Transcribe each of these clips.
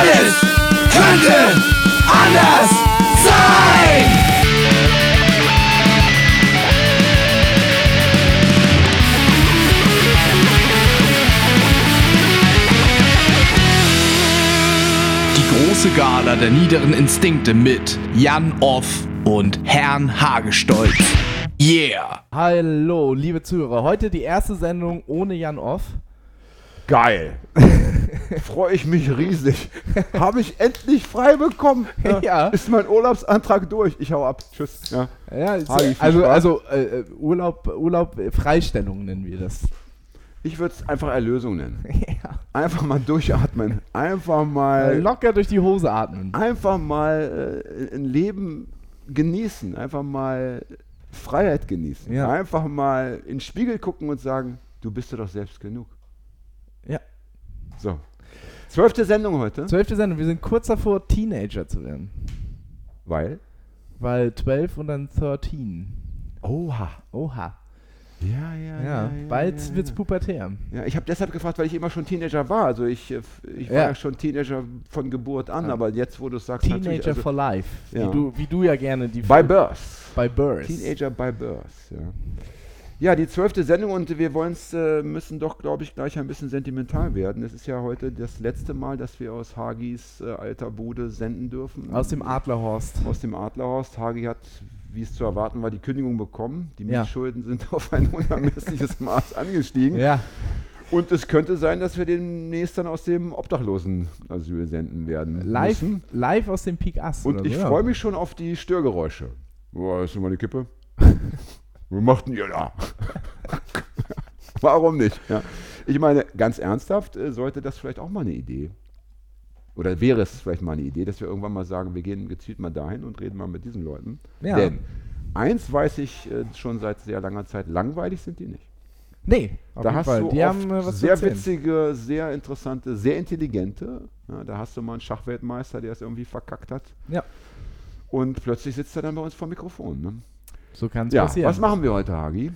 Alles könnte anders sein. Die große Gala der niederen Instinkte mit Jan Off und Herrn Hagestolz. Yeah! Hallo, liebe Zuhörer. Heute die erste Sendung ohne Jan Off. Geil. Freue ich mich riesig. Habe ich endlich frei bekommen. Ja. Ist mein Urlaubsantrag durch. Ich hau ab. Tschüss. Ja. Ja, Hagi, viel Spaß. Urlaub, Freistellung nennen wir das. Ich würde es einfach Erlösung nennen. Ja. Einfach mal durchatmen. Einfach mal Locker durch die Hose atmen. Einfach mal ein Leben genießen. Einfach mal Freiheit genießen. Ja. Einfach mal in den Spiegel gucken und sagen, du bist dir doch selbst genug. Ja. So. 12. Sendung heute. 12. Sendung. Wir sind kurz davor, Teenager zu werden. Weil? Weil 12 und dann 13. Oha. Oha. Ja. Bald wird's pubertär. Ja, ich habe deshalb gefragt, weil ich immer schon Teenager war. Also ich war ja schon Teenager von Geburt an, aber jetzt, wo du sagst, Teenager for life. Ja. Wie du ja gerne die by birth. By birth. Teenager by birth, ja. Ja, die 12. Sendung und wir müssen doch, glaube ich, gleich ein bisschen sentimental werden. Es ist ja heute das letzte Mal, dass wir aus Hagis alter Bude senden dürfen. Aus dem Adlerhorst. Aus dem Adlerhorst. Hagi hat, wie es zu erwarten war, die Kündigung bekommen. Die Ja. Mietschulden sind auf ein unermessliches Maß angestiegen. Ja. Und es könnte sein, dass wir demnächst dann aus dem Obdachlosenasyl senden werden müssen. Live aus dem Peak Ass. Und oder ich so, freue mich schon auf die Störgeräusche. Boah, ist schon mal eine Kippe? Was macht denn ihr da? Warum nicht? Ja. Ich meine, ganz ernsthaft, sollte das vielleicht auch mal eine Idee, oder wäre es vielleicht mal eine Idee, dass wir irgendwann mal sagen, wir gehen gezielt mal dahin und reden mal mit diesen Leuten. Ja. Denn eins weiß ich schon seit sehr langer Zeit, langweilig sind die nicht. Nee, auf Da jeden hast Fall. du Die oft haben was zu sehr erzählen. witzige, sehr interessante, sehr intelligente. Ja, da hast du mal einen Schachweltmeister, der es irgendwie verkackt hat. Ja. Und plötzlich sitzt er dann bei uns vor dem Mikrofon. Ne? So kann es Ja, passieren. was machen wir heute, Hagi?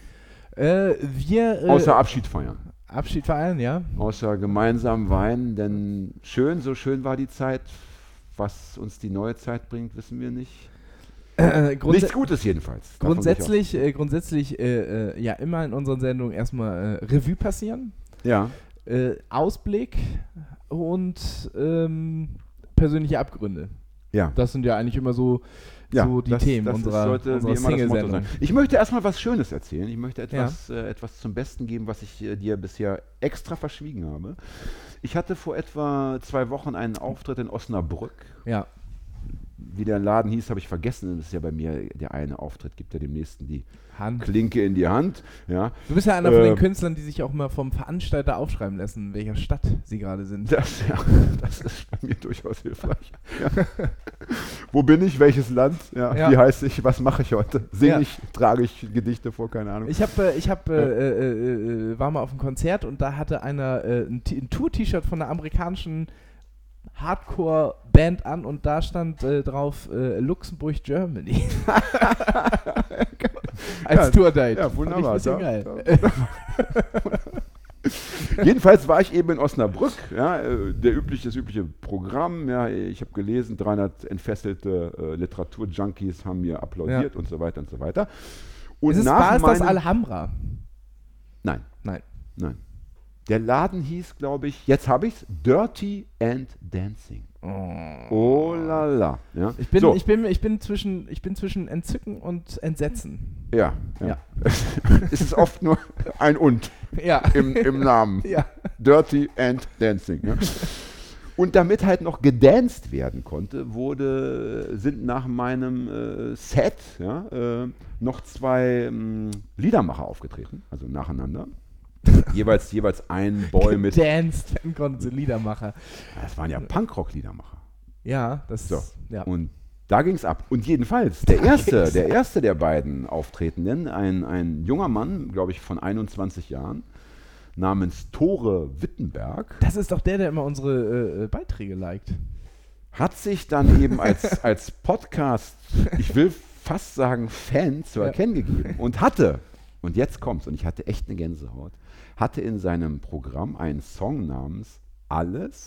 Wir Außer Abschied feiern. Abschied feiern, ja. Außer gemeinsam weinen, denn so schön war die Zeit. Was uns die neue Zeit bringt, wissen wir nicht. Nichts Gutes jedenfalls. Davon Grundsätzlich ja immer in unseren Sendungen erstmal Revue passieren, Ja, Ausblick und persönliche Abgründe. ja. Das sind ja eigentlich immer so die Themen unserer Single-Sendung. Ich möchte erstmal was Schönes erzählen. Ich möchte etwas zum Besten geben, was ich dir bisher extra verschwiegen habe. Ich hatte vor etwa 2 Wochen einen Auftritt in Osnabrück. Ja. Wie der Laden hieß, habe ich vergessen. Das ist ja bei mir der eine Auftritt, gibt ja dem nächsten die Hand. Klinke in die Hand. Ja. Du bist ja einer von den Künstlern, die sich auch mal vom Veranstalter aufschreiben lassen, in welcher Stadt sie gerade sind. Das ist bei mir durchaus hilfreich. Ja. Wo bin ich? Welches Land? Ja. Wie heiße ich? Was mache ich heute? Singe ich? Trage ich Gedichte vor? Keine Ahnung. Ich war mal auf einem Konzert und da hatte einer ein Tour-T-Shirt von einer amerikanischen Hardcore-Band an und da stand drauf Luxemburg, Germany. Als Tour-Date. Ja, wunderbar. Fand ich ein bisschen geil. Jedenfalls war ich eben in Osnabrück. Ja, das übliche Programm. Ja, ich habe gelesen, 300 entfesselte Literatur-Junkies haben mir applaudiert und so weiter und so weiter. Und war es das Alhambra? Nein. Nein. Der Laden hieß, glaube ich, jetzt habe ich es, Dirty and Dancing. Oh la la. Ja. Ich bin zwischen Entzücken und Entsetzen. Ja. Es ist oft nur ein Und im Namen. Ja. Dirty and Dancing. Ja. Und damit halt noch gedanced werden konnte, sind nach meinem Set noch 2 Liedermacher aufgetreten, also nacheinander. jeweils ein Boy mit. Gedanced werden konnten sie Liedermacher. Das waren ja Punkrock-Liedermacher. Ja, das so. Ja. Und da ging es ab. Und jedenfalls, der erste der beiden Auftretenden, ein junger Mann, glaube ich, von 21 Jahren, namens Tore Wittenberg. Das ist doch der immer unsere Beiträge liked. Hat sich dann eben als Podcast, ich will fast sagen Fan, zu erkennen gegeben und hatte, und jetzt kommt's, und ich hatte echt eine Gänsehaut, hatte in seinem Programm einen Song namens Alles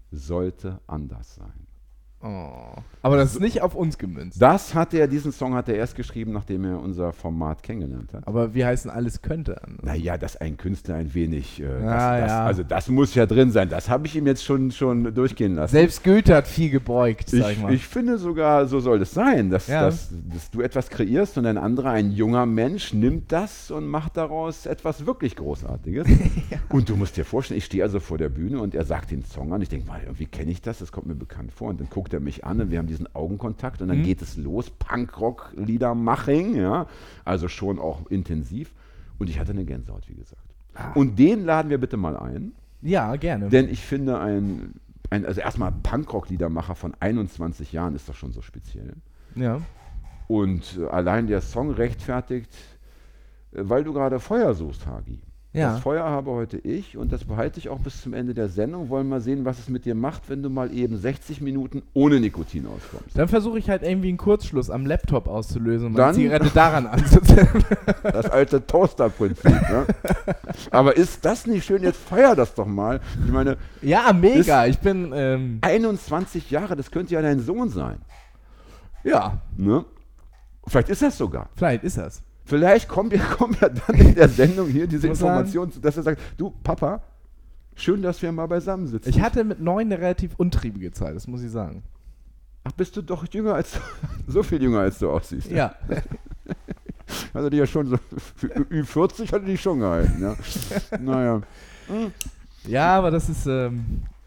sollte anders sein. Oh. Aber das ist nicht auf uns gemünzt. Diesen Song hat er erst geschrieben, nachdem er unser Format kennengelernt hat. Aber wie heißen alles könnte an? Naja, dass ein Künstler ein wenig, ja. also das muss ja drin sein. Das habe ich ihm jetzt schon durchgehen lassen. Selbst Goethe hat viel gebeugt, sag ich mal. Ich finde sogar, so soll es sein, dass du etwas kreierst und ein anderer, ein junger Mensch, nimmt das und macht daraus etwas wirklich Großartiges. Ja. Und du musst dir vorstellen, ich stehe also vor der Bühne und er sagt den Song an. Ich denke mal, irgendwie kenne ich das kommt mir bekannt vor. Und dann guckt er mich an und wir haben diesen Augenkontakt und dann geht es los. Punkrock-Liedermaching, ja, also schon auch intensiv. Und ich hatte eine Gänsehaut, wie gesagt. Und den laden wir bitte mal ein. Ja, gerne. Denn ich finde, also erstmal Punkrock-Liedermacher von 21 Jahren ist doch schon so speziell. Ja. Und allein der Song rechtfertigt, weil du gerade Feuer suchst, Hagi. Ja. Das Feuer habe heute ich und das behalte ich auch bis zum Ende der Sendung. Wollen mal sehen, was es mit dir macht, wenn du mal eben 60 Minuten ohne Nikotin auskommst. Dann versuche ich halt irgendwie einen Kurzschluss am Laptop auszulösen und meine Zigarette daran anzuzünden. Das alte Toaster-Prinzip. Ne? Aber ist das nicht schön? Jetzt feier das doch mal. Ich meine, ja, mega. Ich bin 21 Jahre, das könnte ja dein Sohn sein. Ja. Ne? Vielleicht ist das sogar. Vielleicht ist das. Vielleicht kommt ja dann in der Sendung hier diese Information, dass er sagt, du Papa, schön, dass wir mal beisammen sitzen. Ich hatte mit 9 eine relativ untriebige Zeit, das muss ich sagen. Ach, bist du doch so viel jünger, als du aussiehst. Ja. Also die ja schon so, für Ü40 hatte die schon gehalten, ja. Naja. Ja, aber das ist... Wir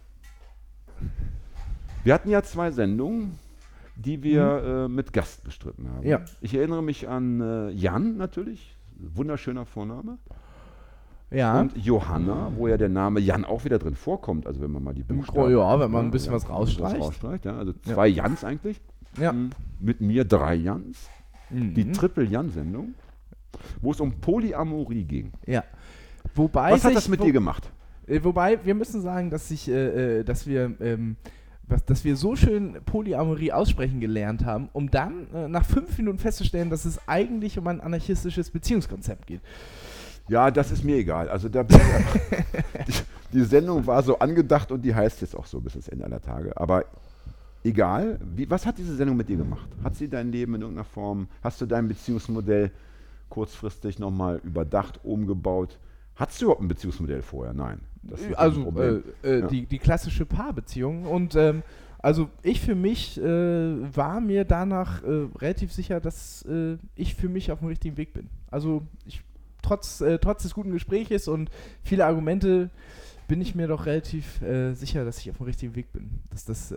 hatten ja 2 Sendungen, die wir mit Gast bestritten haben. Ja. Ich erinnere mich an Jan natürlich, wunderschöner Vorname. Ja. Und Johanna, wo ja der Name Jan auch wieder drin vorkommt, also wenn man mal die Buchstaben... Ja, wenn man ein bisschen was rausstreicht. Ja, also 2 Jans eigentlich. Ja. Mit mir 3 Jans. Die Triple-Jan-Sendung, wo es um Polyamorie ging. Ja. Wobei was hat das mit dir gemacht? Wobei, wir müssen sagen, dass wir so schön Polyamorie aussprechen gelernt haben, um dann nach 5 Minuten festzustellen, dass es eigentlich um ein anarchistisches Beziehungskonzept geht. Ja, das ist mir egal. Also die Sendung war so angedacht und die heißt jetzt auch so bis das Ende aller Tage. Aber egal, was hat diese Sendung mit dir gemacht? Hat sie dein Leben in irgendeiner Form, hast du dein Beziehungsmodell kurzfristig nochmal überdacht, umgebaut? Hattest du überhaupt ein Beziehungsmodell vorher? Nein. Also die klassische Paarbeziehung und also ich für mich war mir danach relativ sicher, dass ich für mich auf dem richtigen Weg bin. Also trotz des guten Gespräches und viele Argumente bin ich mir doch relativ sicher, dass ich auf dem richtigen Weg bin. Dass das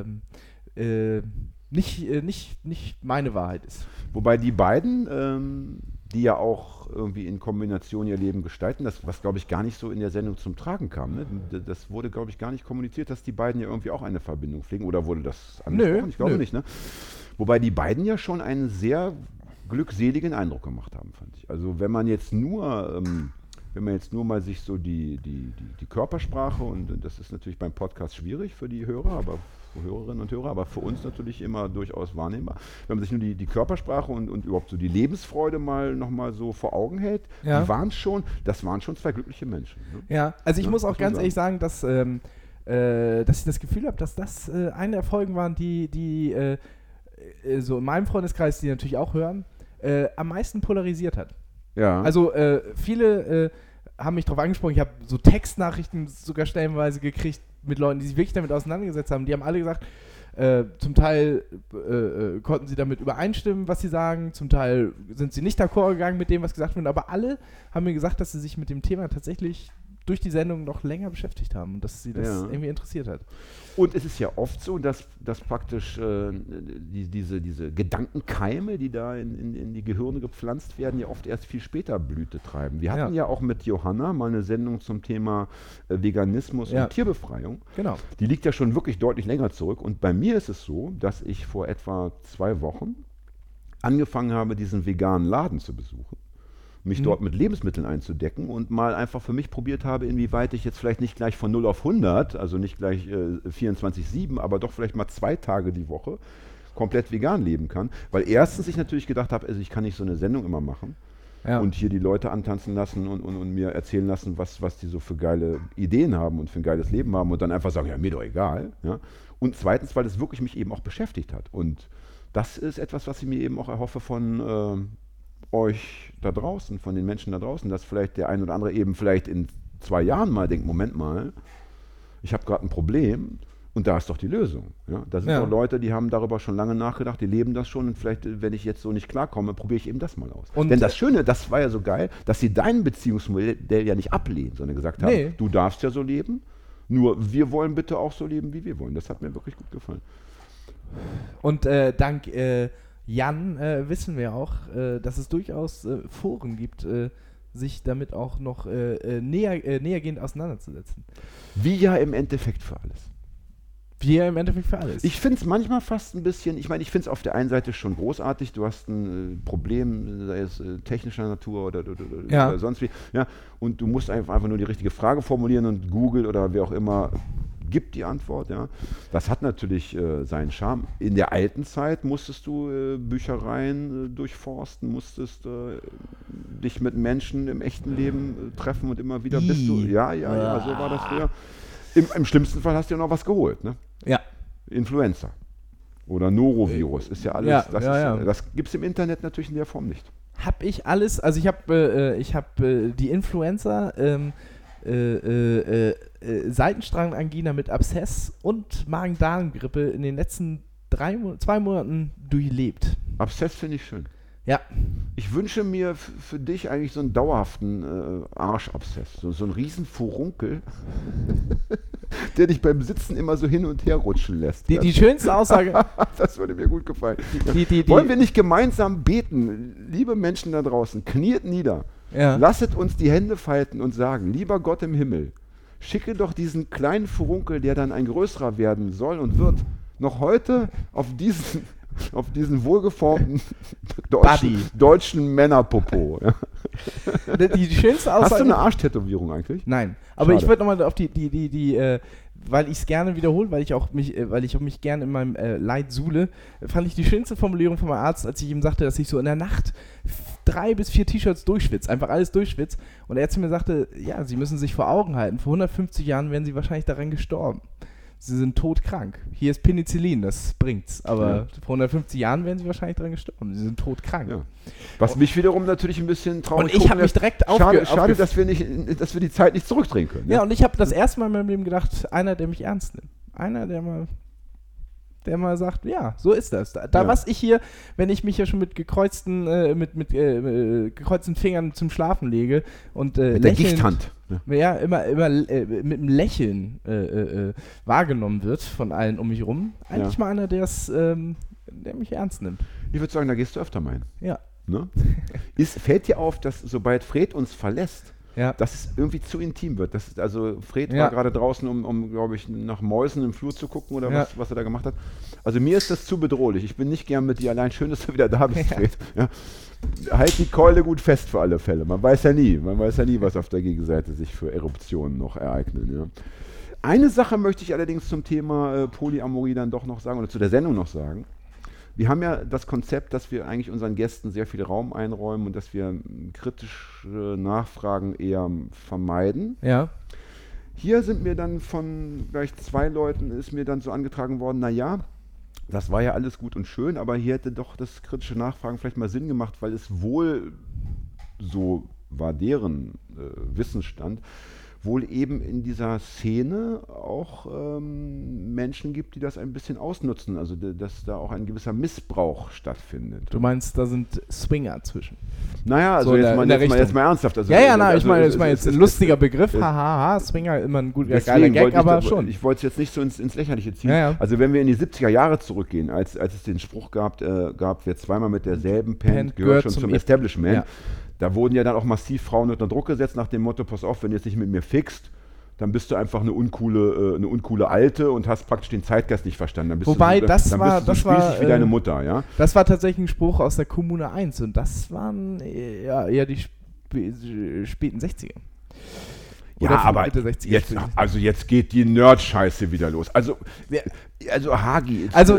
nicht meine Wahrheit ist. Wobei die beiden, die ja auch irgendwie in Kombination ihr Leben gestalten, was glaube ich gar nicht so in der Sendung zum Tragen kam. Ne? Das wurde glaube ich gar nicht kommuniziert, dass die beiden ja irgendwie auch eine Verbindung pflegen. Oder wurde das angesprochen? Ich glaube nicht. Ne? Wobei die beiden ja schon einen sehr glückseligen Eindruck gemacht haben, fand ich. Also wenn man jetzt nur mal sich so die Körpersprache, und das ist natürlich beim Podcast schwierig für die Hörer, für Hörerinnen und Hörer, aber für uns natürlich immer durchaus wahrnehmbar. Wenn man sich nur die Körpersprache und überhaupt so die Lebensfreude nochmal so vor Augen hält, das waren schon 2 glückliche Menschen. Ne? Ja, also ich muss auch ganz ehrlich sagen, dass ich das Gefühl habe, dass das eine der Folgen waren, die so in meinem Freundeskreis, die natürlich auch hören, am meisten polarisiert hat. Ja. Also viele haben mich darauf angesprochen, ich habe so Textnachrichten sogar stellenweise gekriegt mit Leuten, die sich wirklich damit auseinandergesetzt haben. Die haben alle gesagt, zum Teil konnten sie damit übereinstimmen, was sie sagen, zum Teil sind sie nicht d'accord gegangen mit dem, was gesagt wird, aber alle haben mir gesagt, dass sie sich mit dem Thema tatsächlich durch die Sendung noch länger beschäftigt haben und dass sie das irgendwie interessiert hat. Und es ist ja oft so, dass praktisch diese Gedankenkeime, die da in die Gehirne gepflanzt werden, ja oft erst viel später Blüte treiben. Wir hatten ja auch mit Johanna mal eine Sendung zum Thema Veganismus und Tierbefreiung. Genau. Die liegt ja schon wirklich deutlich länger zurück. Und bei mir ist es so, dass ich vor etwa 2 Wochen angefangen habe, diesen veganen Laden zu besuchen, mich dort mit Lebensmitteln einzudecken und mal einfach für mich probiert habe, inwieweit ich jetzt vielleicht nicht gleich von 0 auf 100, also nicht gleich 24/7, aber doch vielleicht mal 2 Tage die Woche komplett vegan leben kann. Weil erstens ich natürlich gedacht habe, also ich kann nicht so eine Sendung immer machen Ja. und hier die Leute antanzen lassen und mir erzählen lassen, was die so für geile Ideen haben und für ein geiles Leben haben und dann einfach sagen, ja, mir doch egal. Ja? Und zweitens, weil es wirklich mich eben auch beschäftigt hat. Und das ist etwas, was ich mir eben auch erhoffe von euch da draußen, von den Menschen da draußen, dass vielleicht der ein oder andere eben vielleicht in 2 Jahren mal denkt, Moment mal, ich habe gerade ein Problem und da ist doch die Lösung. Ja? Da sind doch Leute, die haben darüber schon lange nachgedacht, die leben das schon und vielleicht, wenn ich jetzt so nicht klarkomme, probiere ich eben das mal aus. Denn das Schöne, das war ja so geil, dass sie dein Beziehungsmodell ja nicht ablehnen, sondern gesagt haben, du darfst ja so leben, nur wir wollen bitte auch so leben, wie wir wollen. Das hat mir wirklich gut gefallen. Und dank Jan wissen wir auch, dass es durchaus Foren gibt, sich damit auch noch nähergehend auseinanderzusetzen. Wie ja im Endeffekt für alles. Wie ja im Endeffekt für alles. Ich finde es manchmal fast ein bisschen, ich meine, ich finde es auf der einen Seite schon großartig, du hast ein Problem, sei es technischer Natur oder sonst wie, ja, und du musst einfach nur die richtige Frage formulieren und Google oder wer auch immer gibt die Antwort, ja. Das hat natürlich seinen Charme. In der alten Zeit musstest du Büchereien durchforsten, musstest dich mit Menschen im echten Leben treffen und immer wieder bist du, so war das früher. Im schlimmsten Fall hast du ja noch was geholt, ne? Ja. Influenza oder Norovirus ist ja alles, das gibt es im Internet natürlich in der Form nicht. Hab ich alles, also ich habe die Influenza, Seitenstrangangina mit Abszess und Magen-Darm-Grippe in den letzten 2 Monaten durchlebt. Abszess finde ich schön. Ja. Ich wünsche mir für dich eigentlich so einen dauerhaften Arschabszess, so einen riesen Furunkel, der dich beim Sitzen immer so hin und her rutschen lässt. Die schönste Aussage... Das würde mir gut gefallen. Wollen wir nicht gemeinsam beten? Liebe Menschen da draußen, kniet nieder. Ja. Lasset uns die Hände falten und sagen, lieber Gott im Himmel, schicke doch diesen kleinen Furunkel, der dann ein größerer werden soll und wird, noch heute auf diesen wohlgeformten deutschen Männerpopo. Ja. Die schönste Aussage... Hast du eine Arschtätowierung eigentlich? Nein, aber ich würde nochmal auf die weil ich es gerne wiederhole, weil ich mich gerne in meinem Leid suhle, fand ich die schönste Formulierung von meinem Arzt, als ich ihm sagte, dass ich so in der Nacht 3 bis 4 T-Shirts durchschwitze, einfach alles durchschwitze. Und er zu mir sagte, ja, Sie müssen sich vor Augen halten, vor 150 Jahren wären Sie wahrscheinlich daran gestorben. Sie sind todkrank. Hier ist Penicillin, das bringt's. Aber vor 150 Jahren wären Sie wahrscheinlich daran gestorben. Sie sind todkrank. Ja. Was mich wiederum natürlich ein bisschen traurig Und ich habe mich direkt Schade, dass wir die Zeit nicht zurückdrehen können. Ja, und ich habe das erste Mal in meinem Leben gedacht, einer, der mich ernst nimmt. Einer, der mal sagt, ja, so ist das. Was ich hier, wenn ich mich ja schon mit gekreuzten Fingern zum Schlafen lege und mit der Gichthand. Ja, immer mit einem Lächeln wahrgenommen wird von allen um mich herum. Eigentlich mal einer, der mich ernst nimmt. Ich würde sagen, da gehst du öfter mal hin. Ja. Ne? Fällt dir auf, dass sobald Fred uns verlässt, dass es irgendwie zu intim wird. Fred war gerade draußen, um glaube ich, nach Mäusen im Flur zu gucken oder was er da gemacht hat. Also mir ist das zu bedrohlich. Ich bin nicht gern mit dir allein. Schön, dass du wieder da bist, Fred. Ja. Halt die Keule gut fest für alle Fälle. Man weiß ja nie, was auf der Gegenseite sich für Eruptionen noch ereignen. Ja. Eine Sache möchte ich allerdings zum Thema Polyamorie dann doch noch sagen oder zu der Sendung noch sagen. Wir haben ja das Konzept, dass wir eigentlich unseren Gästen sehr viel Raum einräumen und dass wir kritische Nachfragen eher vermeiden. Ja. Hier sind mir dann von gleich 2 Leuten ist mir dann so angetragen worden, naja, das war ja alles gut und schön, aber hier hätte doch das kritische Nachfragen vielleicht mal Sinn gemacht, weil es wohl, so war deren Wissensstand, wohl eben in dieser Szene auch Menschen gibt, die das ein bisschen ausnutzen, also dass da auch ein gewisser Missbrauch stattfindet. Du meinst, da sind Swinger zwischen? Naja, also so jetzt mal ernsthaft. Also, ich meine jetzt ein lustiger Begriff, hahaha, Swinger, immer ein guter, geiler Gag, aber schon. Ich wollte es jetzt nicht so ins Lächerliche ziehen. Ja. Also wenn wir in die 70er Jahre zurückgehen, als es den Spruch gab, wer zweimal mit derselben pennt, gehört schon zum Establishment. Ja. Da wurden ja dann auch massiv Frauen unter Druck gesetzt nach dem Motto, pass auf, wenn du jetzt nicht mit mir fixt, dann bist du einfach eine uncoole Alte und hast praktisch den Zeitgeist nicht verstanden. Dann bist du wie deine Mutter, ja? Das war tatsächlich ein Spruch aus der Kommune 1 und das waren eher die späten 60er. Oder Ja, aber Mitte 60er jetzt, also jetzt geht die Nerd-Scheiße wieder los. Also Hagi, Also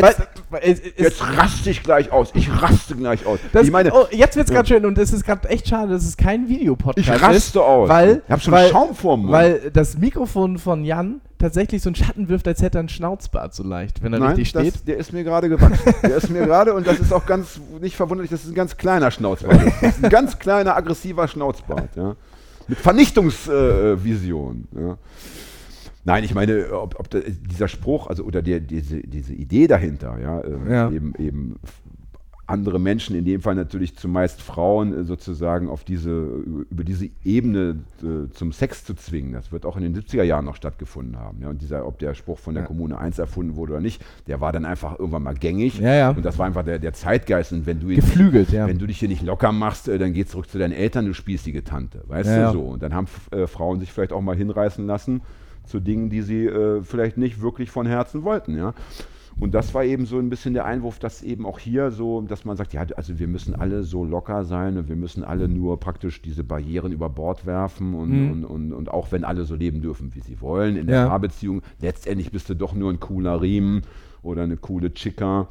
jetzt raste ich gleich aus. Ich raste gleich aus. Das, ich meine, jetzt wird's gerade schön und es ist gerade echt schade, dass es kein Videopodcast ist. ich raste aus. Weil, ich habe schon Schaum vorm Mund. Weil das Mikrofon von Jan tatsächlich so einen Schatten wirft, als hätte er einen Schnauzbart so leicht, wenn er richtig steht. Der ist mir gerade gewachsen. Der ist mir gerade, und das ist auch ganz nicht verwunderlich, das ist ein ganz kleiner Schnauzbart. Das ist ein ganz kleiner, aggressiver Schnauzbart. Ja. Mit Vernichtungsvision. Ja. Nein, ich meine, ob dieser Spruch, also oder diese Idee dahinter, ja. Eben andere Menschen, in dem Fall natürlich zumeist Frauen, sozusagen über diese Ebene zum Sex zu zwingen. Das wird auch in den 70er Jahren noch stattgefunden haben. Ja. Und ob der Spruch von der Kommune 1 erfunden wurde oder nicht, der war dann einfach irgendwann mal gängig. Ja, ja. Und das war einfach der Zeitgeist. Und wenn du geflügelt, wenn du dich hier nicht locker machst, dann geh zurück zu deinen Eltern, du spießige Tante. Weißt du so? Und dann haben Frauen sich vielleicht auch mal hinreißen lassen zu Dingen, die sie vielleicht nicht wirklich von Herzen wollten. Ja. Und das war eben so ein bisschen der Einwurf, dass eben auch hier so, dass man sagt, ja, also wir müssen alle so locker sein und wir müssen alle nur praktisch diese Barrieren über Bord werfen und auch wenn alle so leben dürfen, wie sie wollen, in der Paarbeziehung, letztendlich bist du doch nur ein cooler Riemen oder eine coole Chica,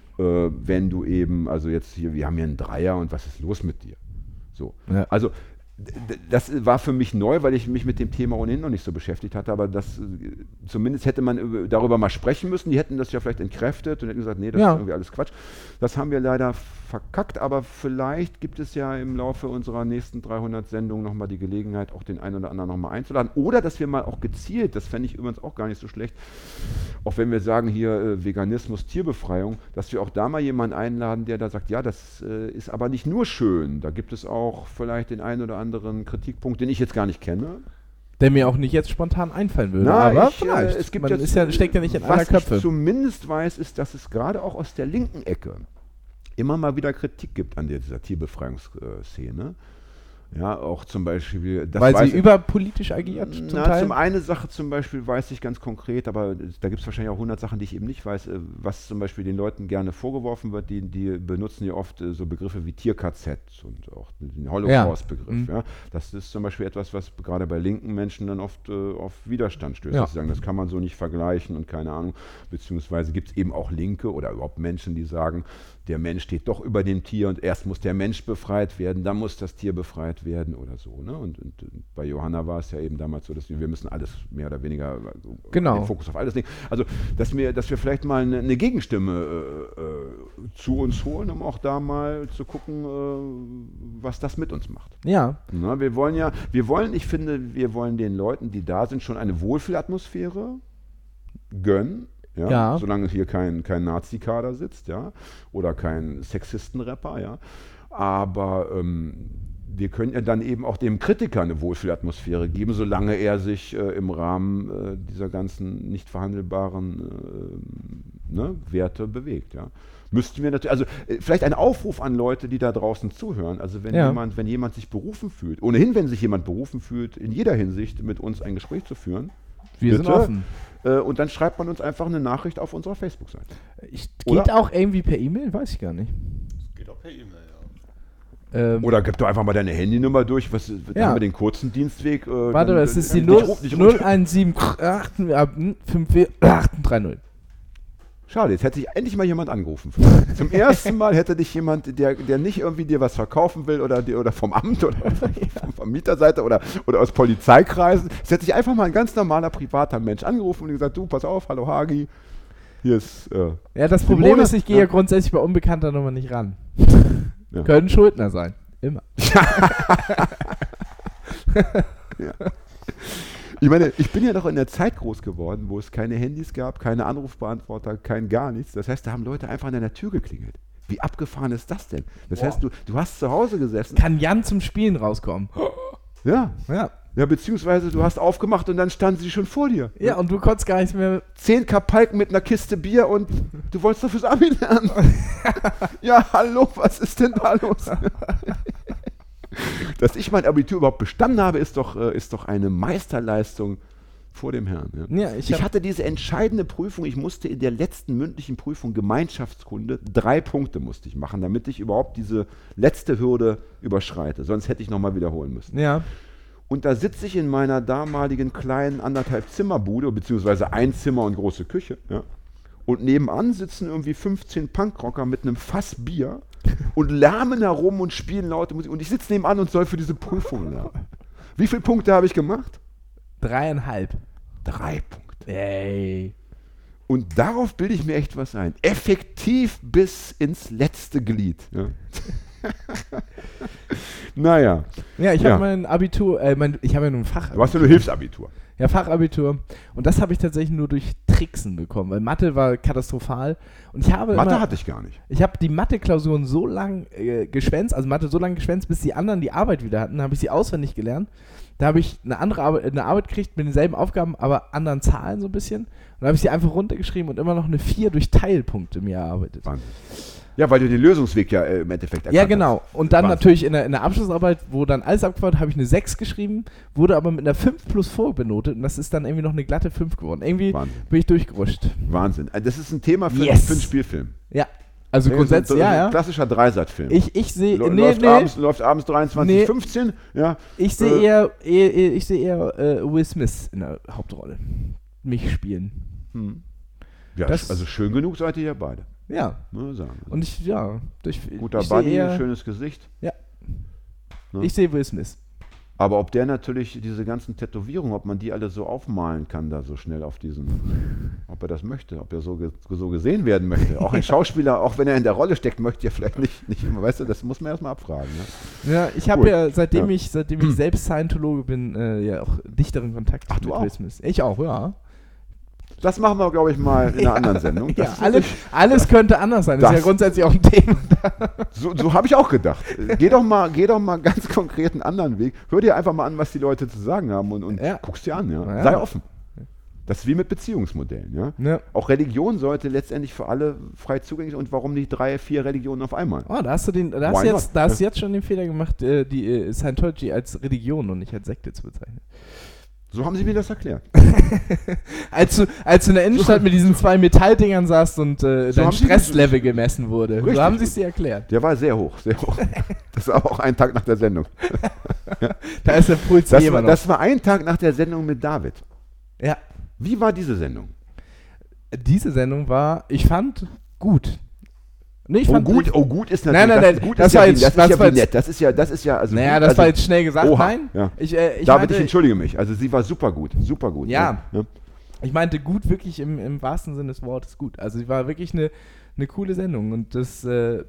wenn du eben, also jetzt hier, wir haben hier einen Dreier und was ist los mit dir? So, also das war für mich neu, weil ich mich mit dem Thema ohnehin noch nicht so beschäftigt hatte, aber das zumindest hätte man darüber mal sprechen müssen. Die hätten das ja vielleicht entkräftet und hätten gesagt, nee, das ist irgendwie alles Quatsch. Das haben wir leider verkackt, aber vielleicht gibt es ja im Laufe unserer nächsten 300 Sendungen nochmal die Gelegenheit, auch den einen oder anderen nochmal einzuladen. Oder dass wir mal auch gezielt, das fände ich übrigens auch gar nicht so schlecht, auch wenn wir sagen hier Veganismus, Tierbefreiung, dass wir auch da mal jemanden einladen, der da sagt, ja, das ist aber nicht nur schön, da gibt es auch vielleicht den einen oder anderen Kritikpunkt, den ich jetzt gar nicht kenne. Der mir auch nicht jetzt spontan einfallen würde, vielleicht. Es gibt steckt ja nicht in aller Köpfe. Was ich zumindest weiß, ist, dass es gerade auch aus der linken Ecke immer mal wieder Kritik gibt an dieser Tierbefreiungsszene. Ja, auch zum Beispiel. Weil sie überpolitisch agiert zum Teil? Zum eine Sache zum Beispiel weiß ich ganz konkret, aber da gibt es wahrscheinlich auch 100 Sachen, die ich eben nicht weiß, was zum Beispiel den Leuten gerne vorgeworfen wird, die benutzen ja oft so Begriffe wie Tier-KZ und auch den Holocaust-Begriff. Ja. Das ist zum Beispiel etwas, was gerade bei linken Menschen dann oft auf Widerstand stößt. Ja. Sie sagen, das kann man so nicht vergleichen und keine Ahnung, beziehungsweise gibt es eben auch Linke oder überhaupt Menschen, die sagen, der Mensch steht doch über dem Tier und erst muss der Mensch befreit werden, dann muss das Tier befreit werden oder so. Ne? Und bei Johanna war es ja eben damals so, dass wir müssen alles mehr oder weniger den Fokus auf alles legen. Also, dass wir vielleicht mal eine Gegenstimme zu uns holen, um auch da mal zu gucken, was das mit uns macht. Ja. Na, wir wollen den Leuten, die da sind, schon eine Wohlfühlatmosphäre gönnen. Ja, solange hier kein Nazi-Kader sitzt, ja, oder kein Sexisten-Rapper, ja. Aber wir können ja dann eben auch dem Kritiker eine Wohlfühlatmosphäre geben, solange er sich im Rahmen dieser ganzen nicht verhandelbaren Werte bewegt, ja. Müssten wir natürlich, also vielleicht ein Aufruf an Leute, die da draußen zuhören, also wenn jemand sich berufen fühlt, ohnehin, wenn sich jemand berufen fühlt, in jeder Hinsicht mit uns ein Gespräch zu führen. Wir sind offen. Und dann schreibt man uns einfach eine Nachricht auf unserer Facebook-Seite. Geht auch irgendwie per E-Mail? Weiß ich gar nicht. Geht auch per E-Mail, ja. Oder gib doch einfach mal deine Handynummer durch. Haben wir den kurzen Dienstweg? Warte, das ist die 0178 54 Schade, jetzt hätte sich endlich mal jemand angerufen. Zum ersten Mal hätte dich jemand, der nicht irgendwie dir was verkaufen will oder vom Amt oder vom Vermieterseite oder aus Polizeikreisen, es hätte sich einfach mal ein ganz normaler, privater Mensch angerufen und gesagt, du, pass auf, hallo Hagi, hier ist das Problem ist, ich gehe ja grundsätzlich bei unbekannter Nummer nicht ran. Ja. Können Schuldner sein. Immer. Ja. Ich meine, ich bin ja noch in der Zeit groß geworden, wo es keine Handys gab, keine Anrufbeantworter, kein gar nichts. Das heißt, da haben Leute einfach an deiner Tür geklingelt. Wie abgefahren ist das denn? Das heißt, du hast zu Hause gesessen. Kann Jan zum Spielen rauskommen? Ja, beziehungsweise du hast aufgemacht und dann standen sie schon vor dir. Ja, und du konntest gar nichts mehr. 10 Kapalken mit einer Kiste Bier und du wolltest doch fürs Abi lernen. Ja, hallo, was ist denn da los? Dass ich mein Abitur überhaupt bestanden habe, ist doch eine Meisterleistung vor dem Herrn. Ja. Ja, ich hatte diese entscheidende Prüfung, ich musste in der letzten mündlichen Prüfung Gemeinschaftskunde 3 Punkte musste ich machen, damit ich überhaupt diese letzte Hürde überschreite. Sonst hätte ich nochmal wiederholen müssen. Ja. Und da sitze ich in meiner damaligen kleinen 1,5 Zimmerbude, beziehungsweise 1 Zimmer und große Küche. Ja. Und nebenan sitzen irgendwie 15 Punkrocker mit einem Fass Bier und lärmen herum und spielen laute Musik. Und ich sitze nebenan und soll für diese Prüfung lernen. Wie viele Punkte habe ich gemacht? 3,5. 3 Punkte. Ey. Und darauf bilde ich mir echt was ein. Effektiv bis ins letzte Glied. Ja. Naja. Ja, ich habe mein Abitur, ich habe ja nur ein Fachabitur. Du hast ja nur Hilfsabitur. Ja, Fachabitur. Und das habe ich tatsächlich nur durch Tricksen bekommen, weil Mathe war katastrophal. Und ich habe Mathe hatte ich gar nicht. Ich habe die Mathe-Klausuren so lang geschwänzt, bis die anderen die Arbeit wieder hatten, habe ich sie auswendig gelernt. Da habe ich eine Arbeit gekriegt mit denselben Aufgaben, aber anderen Zahlen so ein bisschen. Und da habe ich sie einfach runtergeschrieben und immer noch eine 4 durch Teilpunkte mir erarbeitet. Wahnsinn. Ja, weil du den Lösungsweg ja im Endeffekt erkannt hast. Ja, genau. Und dann Wahnsinn. natürlich in der Abschlussarbeit, wo dann alles abgefordert, habe ich eine 6 geschrieben, wurde aber mit einer 5 plus vorbenotet und das ist dann irgendwie noch eine glatte 5 geworden. Irgendwie bin ich durchgerutscht. Wahnsinn. Das ist ein Thema für einen Spielfilm. Ja. Also grundsätzlich, ja. Klassischer Dreisat-Film. Ich sehe, läuft abends 23:15. Ja. Ich sehe eher Will Smith in der Hauptrolle. Mich spielen. Ja, also schön genug seid ihr ja beide. Ja. Sagen. Und guter Buddy, schönes Gesicht. Ja. Ne? Ich sehe Will Smith. Aber ob der natürlich diese ganzen Tätowierungen, ob man die alle so aufmalen kann, da so schnell auf diesen, ob er das möchte, ob er so gesehen werden möchte. Auch ein Schauspieler, auch wenn er in der Rolle steckt, möchte ja vielleicht nicht immer, weißt du, das muss man erstmal abfragen. Ne? Ja, ich habe ja, seitdem ich selbst Scientologe bin, ja auch dichteren Kontakt mit Will Smith. Ich auch, ja. Das machen wir, glaube ich, mal in einer anderen Sendung. Ja, alles könnte anders sein. Das ist ja grundsätzlich auch ein Thema. So habe ich auch gedacht. Geh doch mal ganz konkret einen anderen Weg. Hör dir einfach mal an, was die Leute zu sagen haben und guckst dir an. Ja? Sei offen. Das ist wie mit Beziehungsmodellen. Ja? Ja. Auch Religion sollte letztendlich für alle frei zugänglich sein. Und warum nicht 3, 4 Religionen auf einmal? Oh, da hast du jetzt schon den Fehler gemacht, die Scientology als Religion und nicht als Sekte zu bezeichnen. So haben sie mir das erklärt. als du in der Innenstadt mit diesen 2 Metalldingern saßt und dein Stresslevel gemessen wurde. Richtig. So haben sie es dir erklärt. Der war sehr hoch, sehr hoch. Das war auch ein Tag nach der Sendung. Da ist der Puls immer noch. Das war ein Tag nach der Sendung mit David. Ja. Wie war diese Sendung? Diese Sendung war, ich fand, gut. Nee, gut ist natürlich. Nein, das war nett. Das ist ja. Also naja, das war jetzt schnell gesagt. Oha, nein. Ja. Ich entschuldige mich. Also sie war super gut. Ja. Ich meinte gut wirklich im wahrsten Sinne des Wortes gut. Also sie war wirklich eine coole Sendung und das.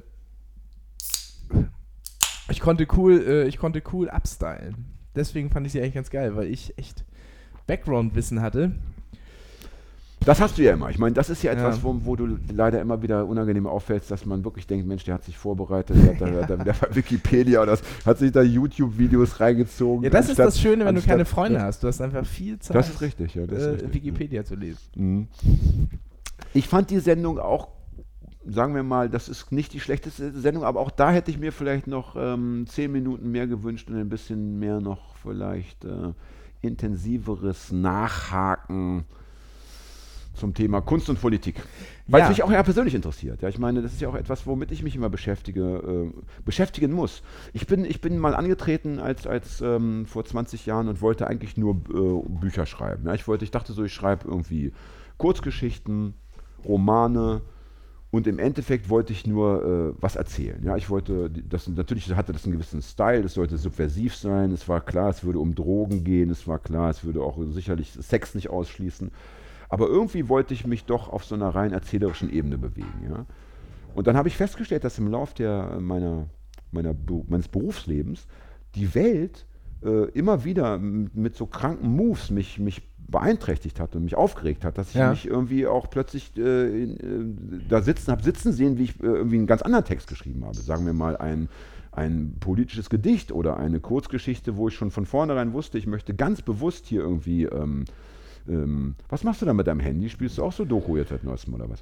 Ich konnte cool upstylen. Deswegen fand ich sie eigentlich ganz geil, weil ich echt Background-Wissen hatte. Das hast du ja immer. Ich meine, das ist ja etwas, wo du leider immer wieder unangenehm auffällst, dass man wirklich denkt, Mensch, der hat sich vorbereitet, der hat da wieder bei Wikipedia oder hat sich da YouTube-Videos reingezogen. Ja, das ist das Schöne, wenn du keine Freunde hast. Du hast einfach viel Zeit, das ist richtig, ja, Wikipedia zu lesen. Mhm. Ich fand die Sendung auch, sagen wir mal, das ist nicht die schlechteste Sendung, aber auch da hätte ich mir vielleicht noch 10 Minuten mehr gewünscht und ein bisschen mehr noch vielleicht intensiveres Nachhaken zum Thema Kunst und Politik. Weil es mich auch persönlich interessiert. Ja, ich meine, das ist ja auch etwas, womit ich mich immer beschäftigen muss. Ich bin mal angetreten als vor 20 Jahren und wollte eigentlich nur Bücher schreiben. Ja, ich dachte so, ich schreibe irgendwie Kurzgeschichten, Romane und im Endeffekt wollte ich nur was erzählen. Ja, ich wollte, natürlich hatte das einen gewissen Style, es sollte subversiv sein, es war klar, es würde um Drogen gehen, es war klar, es würde auch sicherlich Sex nicht ausschließen. Aber irgendwie wollte ich mich doch auf so einer rein erzählerischen Ebene bewegen. Ja? Und dann habe ich festgestellt, dass im Lauf meines Berufslebens die Welt immer wieder mit so kranken Moves mich beeinträchtigt hat und mich aufgeregt hat, dass ich mich irgendwie auch plötzlich da sitzen sehen, wie ich irgendwie einen ganz anderen Text geschrieben habe. Sagen wir mal ein politisches Gedicht oder eine Kurzgeschichte, wo ich schon von vornherein wusste, ich möchte ganz bewusst hier irgendwie was machst du da mit deinem Handy? Spielst du auch so Doku jetzt seit neuestem oder was?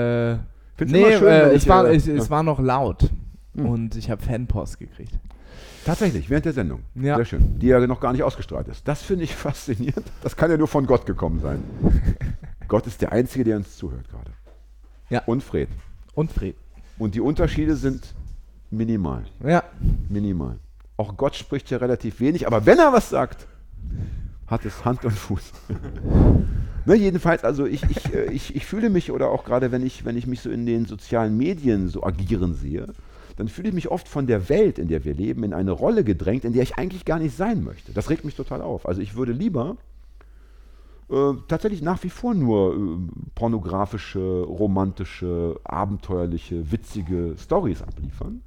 Es war noch laut und ich habe Fanpost gekriegt. Tatsächlich, während der Sendung. Ja. Sehr schön. Die ja noch gar nicht ausgestrahlt ist. Das finde ich faszinierend. Das kann ja nur von Gott gekommen sein. Gott ist der Einzige, der uns zuhört gerade. Ja. Und Fred. Und die Unterschiede sind minimal. Ja. Minimal. Auch Gott spricht ja relativ wenig, aber wenn er was sagt, Hat es Hand und Fuß. Ne, jedenfalls, also ich fühle mich, oder auch gerade wenn ich mich so in den sozialen Medien so agieren sehe, dann fühle ich mich oft von der Welt, in der wir leben, in eine Rolle gedrängt, in der ich eigentlich gar nicht sein möchte. Das regt mich total auf. Also ich würde lieber tatsächlich nach wie vor nur pornografische, romantische, abenteuerliche, witzige Storys abliefern.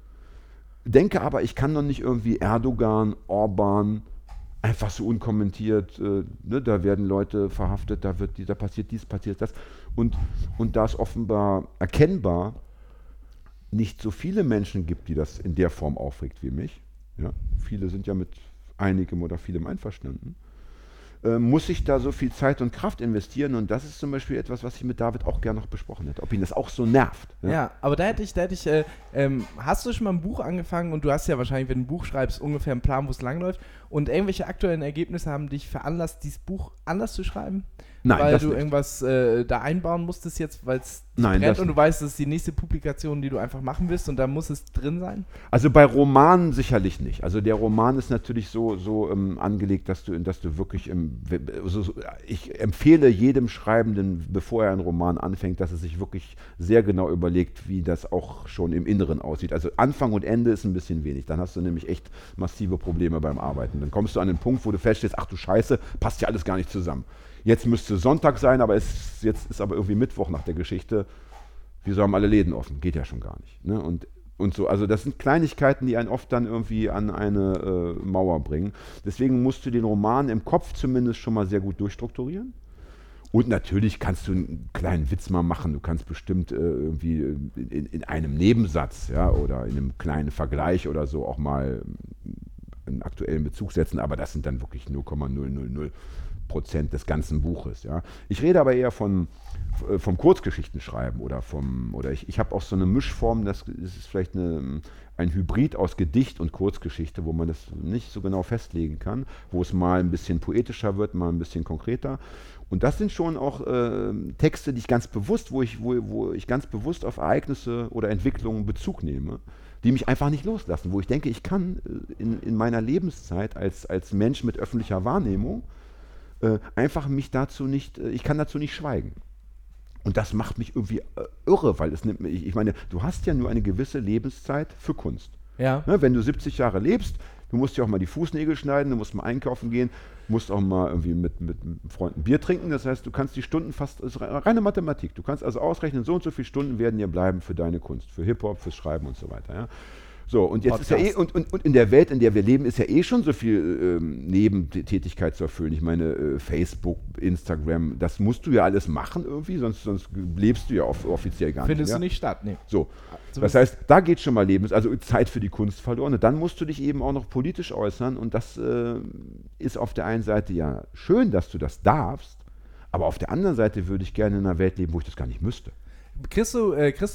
Denke aber, ich kann doch nicht irgendwie Erdogan, Orban einfach so unkommentiert, ne, da werden Leute verhaftet, da passiert dies, passiert das. Und da es offenbar erkennbar nicht so viele Menschen gibt, die das in der Form aufregt wie mich, ja, viele sind ja mit einigem oder vielem einverstanden, muss ich da so viel Zeit und Kraft investieren, und das ist zum Beispiel etwas, was ich mit David auch gerne noch besprochen hätte, ob ihn das auch so nervt. Ja, aber da hätte ich, hast du schon mal ein Buch angefangen, und du hast ja wahrscheinlich, wenn du ein Buch schreibst, ungefähr einen Plan, wo es langläuft, und irgendwelche aktuellen Ergebnisse haben dich veranlasst, dieses Buch anders zu schreiben? Nein, weil das du nicht. Irgendwas da einbauen musstest jetzt, weil es brennt und du weißt, das ist die nächste Publikation, die du einfach machen willst, und da muss es drin sein? Also bei Romanen sicherlich nicht. Also der Roman ist natürlich so angelegt, dass du wirklich ich empfehle jedem Schreibenden, bevor er einen Roman anfängt, dass er sich wirklich sehr genau überlegt, wie das auch schon im Inneren aussieht. Also Anfang und Ende ist ein bisschen wenig. Dann hast du nämlich echt massive Probleme beim Arbeiten. Dann kommst du an den Punkt, wo du feststellst, ach du Scheiße, passt ja alles gar nicht zusammen. Jetzt müsste Sonntag sein, aber jetzt ist aber irgendwie Mittwoch nach der Geschichte. Wieso haben alle Läden offen? Geht ja schon gar nicht. Ne? Und so, also das sind Kleinigkeiten, die einen oft dann irgendwie an eine Mauer bringen. Deswegen musst du den Roman im Kopf zumindest schon mal sehr gut durchstrukturieren. Und natürlich kannst du einen kleinen Witz mal machen. Du kannst bestimmt irgendwie in einem Nebensatz, ja, oder in einem kleinen Vergleich oder so auch mal einen aktuellen Bezug setzen, aber das sind dann wirklich 0,000% des ganzen Buches. Ja. Ich rede aber eher vom Kurzgeschichtenschreiben oder ich habe auch so eine Mischform, das ist vielleicht ein Hybrid aus Gedicht und Kurzgeschichte, wo man das nicht so genau festlegen kann, wo es mal ein bisschen poetischer wird, mal ein bisschen konkreter. Und das sind schon auch Texte, die ich ganz bewusst, wo ich ganz bewusst auf Ereignisse oder Entwicklungen Bezug nehme, die mich einfach nicht loslassen, wo ich denke, ich kann in meiner Lebenszeit als Mensch mit öffentlicher Wahrnehmung einfach ich kann dazu nicht schweigen. Und das macht mich irgendwie irre, weil ich meine, du hast ja nur eine gewisse Lebenszeit für Kunst. Ja. Ne, wenn du 70 Jahre lebst, du musst ja auch mal die Fußnägel schneiden, du musst mal einkaufen gehen, musst auch mal irgendwie mit Freunden Bier trinken. Das heißt, du kannst die Stunden das ist reine Mathematik. Du kannst also ausrechnen, so und so viele Stunden werden dir bleiben für deine Kunst, für Hip-Hop, fürs Schreiben und so weiter. Ja. So, und jetzt ist ja und in der Welt, in der wir leben, ist ja schon so viel Nebentätigkeit zu erfüllen. Ich meine, Facebook, Instagram, das musst du ja alles machen irgendwie, sonst lebst du ja offiziell gar nicht. Findest du nicht statt, nee. So, das heißt, da geht schon mal also Zeit für die Kunst verloren. Und dann musst du dich eben auch noch politisch äußern, und das ist auf der einen Seite ja schön, dass du das darfst, aber auf der anderen Seite würde ich gerne in einer Welt leben, wo ich das gar nicht müsste. Christo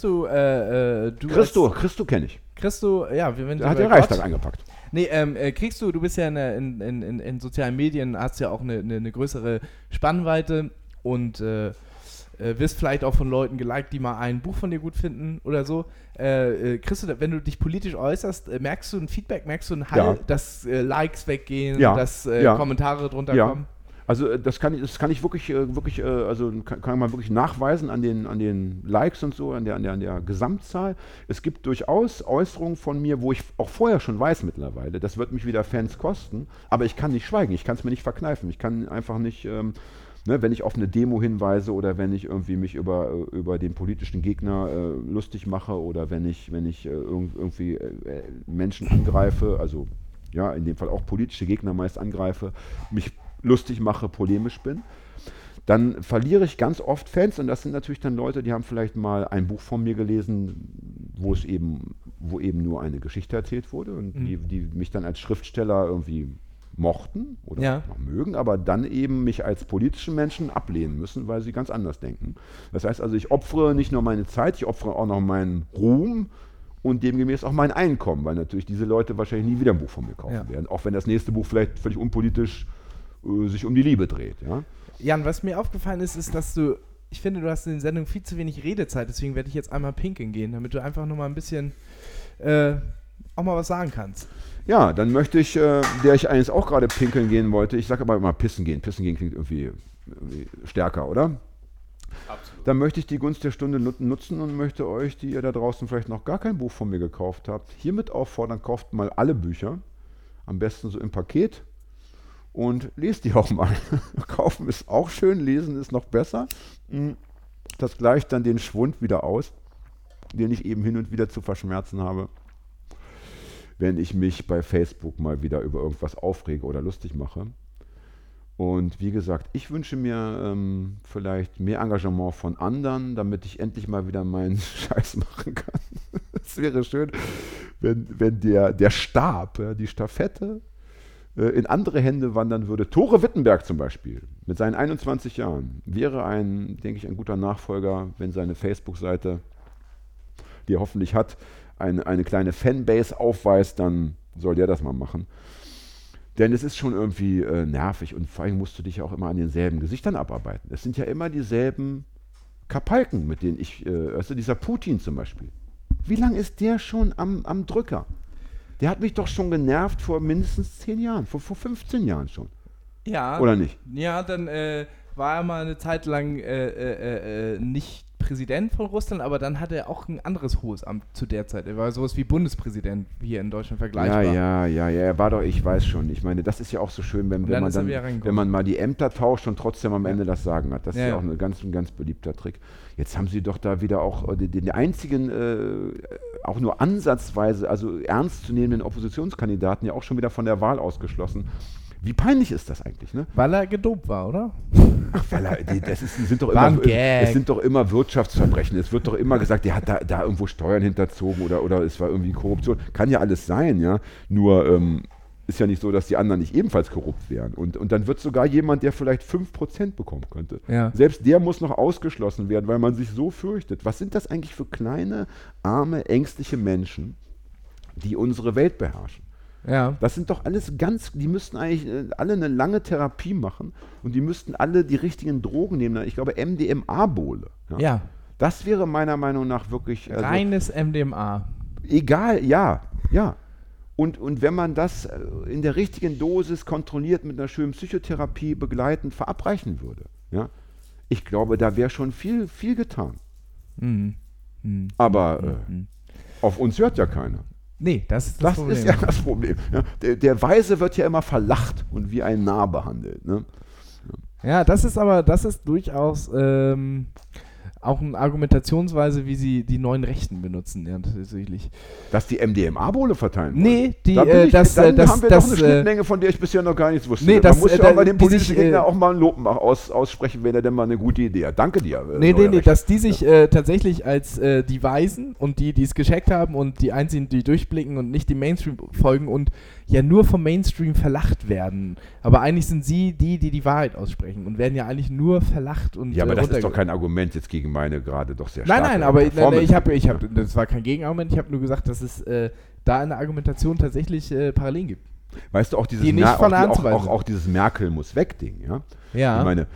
kenne ich. Christo, ja, Der hat den Reichstag eingepackt. Nee, du bist ja in sozialen Medien, hast ja auch eine größere Spannweite und wirst vielleicht auch von Leuten geliked, die mal ein Buch von dir gut finden oder so. Kriegst du, wenn du dich politisch äußerst, merkst du ein Feedback, merkst du einen Hall, dass Likes weggehen, dass Kommentare drunter kommen? Also das kann ich wirklich, also kann man wirklich nachweisen an den Likes und so, an der Gesamtzahl. Es gibt durchaus Äußerungen von mir, wo ich auch vorher schon weiß mittlerweile, das wird mich wieder Fans kosten, aber ich kann nicht schweigen, ich kann es mir nicht verkneifen, ich kann einfach nicht, wenn ich auf eine Demo hinweise oder wenn ich irgendwie mich über den politischen Gegner lustig mache oder wenn ich irgendwie Menschen angreife, also ja, in dem Fall auch politische Gegner meist angreife, mich lustig mache, polemisch bin, dann verliere ich ganz oft Fans, und das sind natürlich dann Leute, die haben vielleicht mal ein Buch von mir gelesen, wo eben nur eine Geschichte erzählt wurde und die mich dann als Schriftsteller irgendwie mochten oder noch mögen, aber dann eben mich als politischen Menschen ablehnen müssen, weil sie ganz anders denken. Das heißt also, ich opfere nicht nur meine Zeit, ich opfere auch noch meinen Ruhm und demgemäß auch mein Einkommen, weil natürlich diese Leute wahrscheinlich nie wieder ein Buch von mir kaufen werden, auch wenn das nächste Buch vielleicht völlig unpolitisch sich um die Liebe dreht. Ja? Jan, was mir aufgefallen ist, dass ich finde, du hast in den Sendungen viel zu wenig Redezeit, deswegen werde ich jetzt einmal pinkeln gehen, damit du einfach nochmal ein bisschen auch mal was sagen kannst. Ja, dann möchte ich, der ich eigentlich auch gerade pinkeln gehen wollte, ich sage aber immer pissen gehen. Pissen gehen klingt irgendwie stärker, oder? Absolut. Dann möchte ich die Gunst der Stunde nutzen und möchte euch, die ihr da draußen vielleicht noch gar kein Buch von mir gekauft habt, hiermit auffordern, kauft mal alle Bücher, am besten so im Paket und lest die auch mal. Kaufen ist auch schön, lesen ist noch besser. Das gleicht dann den Schwund wieder aus, den ich eben hin und wieder zu verschmerzen habe, wenn ich mich bei Facebook mal wieder über irgendwas aufrege oder lustig mache. Und wie gesagt, ich wünsche mir vielleicht mehr Engagement von anderen, damit ich endlich mal wieder meinen Scheiß machen kann. Es wäre schön, wenn der Stab, die Stafette, in andere Hände wandern würde. Tore Wittenberg zum Beispiel, mit seinen 21 Jahren, wäre denke ich, ein guter Nachfolger, wenn seine Facebook-Seite, die er hoffentlich hat, eine kleine Fanbase aufweist, dann soll der das mal machen. Denn es ist schon irgendwie nervig und vor allem musst du dich ja auch immer an denselben Gesichtern abarbeiten. Es sind ja immer dieselben Kapalken, mit denen also dieser Putin zum Beispiel. Wie lange ist der schon am Drücker? Der hat mich doch schon genervt vor mindestens 10 Jahren, vor 15 Jahren schon. Ja. Oder nicht? Ja, dann war er mal eine Zeit lang nicht Präsident von Russland, aber dann hatte er auch ein anderes hohes Amt zu der Zeit. Er war sowas wie Bundespräsident hier in Deutschland vergleichbar. Ja, er war doch, ich weiß schon. Ich meine, das ist ja auch so schön, wenn man mal die Ämter tauscht und trotzdem am Ende das Sagen hat. Das ist ja auch ein ganz beliebter Trick. Jetzt haben sie doch da wieder auch den einzigen, auch nur ansatzweise, also ernstzunehmenden Oppositionskandidaten ja auch schon wieder von der Wahl ausgeschlossen. Wie peinlich ist das eigentlich, ne? Weil er gedopt war, oder? Ach, es sind doch immer Wirtschaftsverbrechen. Es wird doch immer gesagt, der hat da irgendwo Steuern hinterzogen oder es war irgendwie Korruption. Kann ja alles sein, ja. Nur ist ja nicht so, dass die anderen nicht ebenfalls korrupt wären. Und dann wird sogar jemand, der vielleicht 5% bekommen könnte. Ja. Selbst der muss noch ausgeschlossen werden, weil man sich so fürchtet. Was sind das eigentlich für kleine, arme, ängstliche Menschen, die unsere Welt beherrschen? Ja. Das sind doch alles die müssten eigentlich alle eine lange Therapie machen und die müssten alle die richtigen Drogen nehmen. Ich glaube, MDMA-Bole. Ja. Das wäre meiner Meinung nach wirklich... reines MDMA. Egal, ja. Und wenn man das in der richtigen Dosis kontrolliert mit einer schönen Psychotherapie begleitend verabreichen würde, ja, ich glaube, da wäre schon viel, viel getan. Aber auf uns hört ja keiner. Nee, das ist das Problem. Das ist ja das Problem. Ja, der Weise wird ja immer verlacht und wie ein Narr behandelt. Ne? Ja, das ist durchaus auch eine Argumentationsweise, wie sie die neuen Rechten benutzen, ja, tatsächlich. Dass die MDMA-Bowle verteilen wollen? Nee, dann haben wir doch eine Schnittmenge, von der ich bisher noch gar nichts wusste. Nee, man muss ja auch bei dem politischen Gegner auch mal ein Lob aussprechen, wenn er denn mal eine gute Idee hat. Danke dir. Dass die sich tatsächlich als die Weisen und die es gecheckt haben und die einzigen, die durchblicken und nicht dem Mainstream folgen und ja nur vom Mainstream verlacht werden. Aber eigentlich sind sie die Wahrheit aussprechen und werden ja eigentlich nur verlacht und ja, aber das ist doch kein Argument jetzt gegen meine gerade doch sehr starke Nein, aber ich hab, das war kein Gegenargument, ich habe nur gesagt, dass es da eine Argumentation tatsächlich Parallelen gibt. Weißt du, auch dieses dieses Merkel muss weg Ding, ja? Ja. Ich meine,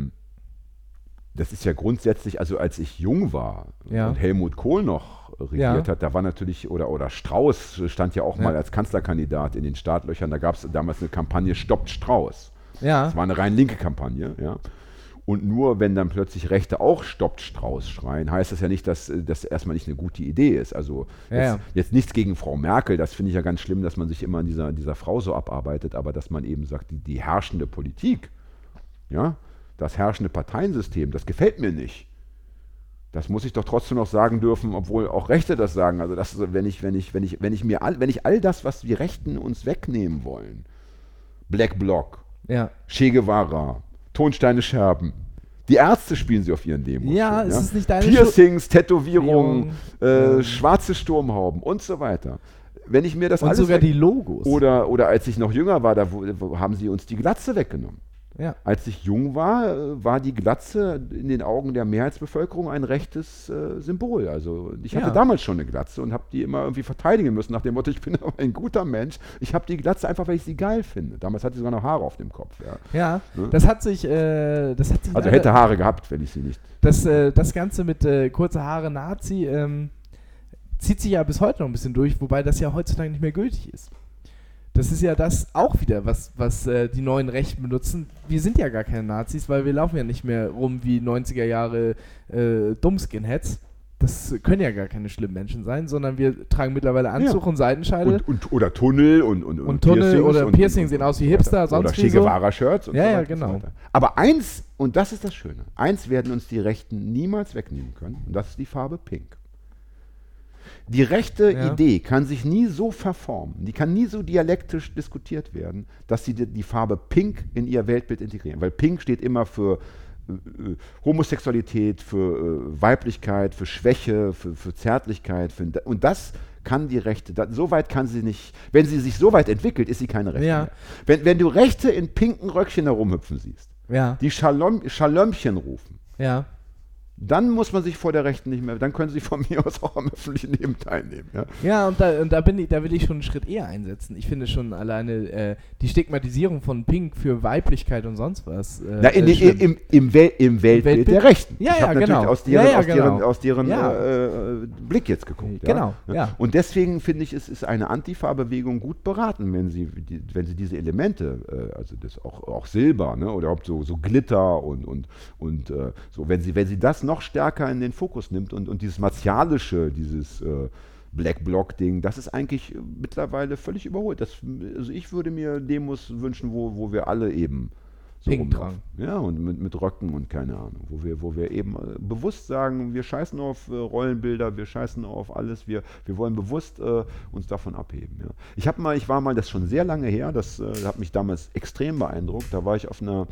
das ist ja grundsätzlich, also als ich jung war und Helmut Kohl noch regiert hat, da war natürlich, oder Strauß stand ja auch mal als Kanzlerkandidat in den Startlöchern, da gab es damals eine Kampagne Stoppt Strauß. Ja. Das war eine rein linke Kampagne, ja. Und nur wenn dann plötzlich Rechte auch Stoppt Strauß schreien, heißt das ja nicht, dass das erstmal nicht eine gute Idee ist. Also jetzt nichts gegen Frau Merkel, das finde ich ja ganz schlimm, dass man sich immer an dieser Frau so abarbeitet, aber dass man eben sagt, die herrschende Politik, ja, das herrschende Parteiensystem, das gefällt mir nicht. Das muss ich doch trotzdem noch sagen dürfen, obwohl auch Rechte das sagen. Also das, wenn ich all das, was die Rechten uns wegnehmen wollen, Black Bloc, Che Guevara, Tonsteine Scherben, die Ärzte spielen sie auf ihren Demos. Ja, es ist nicht deine Piercings, Tätowierungen, schwarze Sturmhauben und so weiter. Wenn ich mir das alles sogar die Logos. Oder als ich noch jünger war, da haben sie uns die Glatze weggenommen. Ja. Als ich jung war, war die Glatze in den Augen der Mehrheitsbevölkerung ein rechtes Symbol. Also ich hatte damals schon eine Glatze und habe die immer irgendwie verteidigen müssen, nach dem Motto, ich bin aber ein guter Mensch. Ich habe die Glatze einfach, weil ich sie geil finde. Damals hatte sie sogar noch Haare auf dem Kopf. Ja, das hat sich also hätte Haare gehabt, wenn ich sie nicht. Das Ganze mit kurze Haare Nazi, zieht sich ja bis heute noch ein bisschen durch, wobei das ja heutzutage nicht mehr gültig ist. Das ist ja das auch wieder, was die neuen Rechten benutzen. Wir sind ja gar keine Nazis, weil wir laufen ja nicht mehr rum wie 90er Jahre Dummskinheads. Das können ja gar keine schlimmen Menschen sein, sondern wir tragen mittlerweile Anzug und Seitenscheidel. Oder Tunnel und Tunnel Piercings oder Piercing sehen aus wie Hipster, sonst oder Che Guevara-Shirts und ja, so weiter. Ja, genau. Und so weiter. Aber eins, und das ist das Schöne, eins werden uns die Rechten niemals wegnehmen können, und das ist die Farbe Pink. Die rechte Idee kann sich nie so verformen, die kann nie so dialektisch diskutiert werden, dass sie die Farbe Pink in ihr Weltbild integrieren. Weil Pink steht immer für Homosexualität, für Weiblichkeit, für Schwäche, für Zärtlichkeit. Und das kann die Rechte, so weit kann sie nicht, wenn sie sich so weit entwickelt, ist sie keine Rechte mehr. Wenn du Rechte in pinken Röckchen herumhüpfen siehst, die Schalömchen rufen, dann muss man sich vor der Rechten nicht mehr, dann können sie von mir aus auch am öffentlichen Leben teilnehmen. Ja, und da will ich schon einen Schritt eher einsetzen. Ich finde schon alleine die Stigmatisierung von Pink für Weiblichkeit und sonst was. Im Weltbild der Rechten. Ja, ich habe genau. natürlich aus deren Blick jetzt geguckt. Genau. Und deswegen finde ich, es ist eine Antifa-Bewegung gut beraten, wenn sie diese Elemente, also das auch Silber, ne, oder ob so Glitter und so, wenn sie das noch stärker in den Fokus nimmt und dieses Martialische, dieses Black Bloc-Ding, das ist eigentlich mittlerweile völlig überholt. Also ich würde mir Demos wünschen, wo wir alle eben so Pink tragen. Ja, und mit Röcken und keine Ahnung, wo wir eben bewusst sagen, wir scheißen auf Rollenbilder, wir scheißen auf alles, wir wollen bewusst uns davon abheben. Ja. Ich war mal, das ist schon sehr lange her, das hat mich damals extrem beeindruckt, da war ich auf einer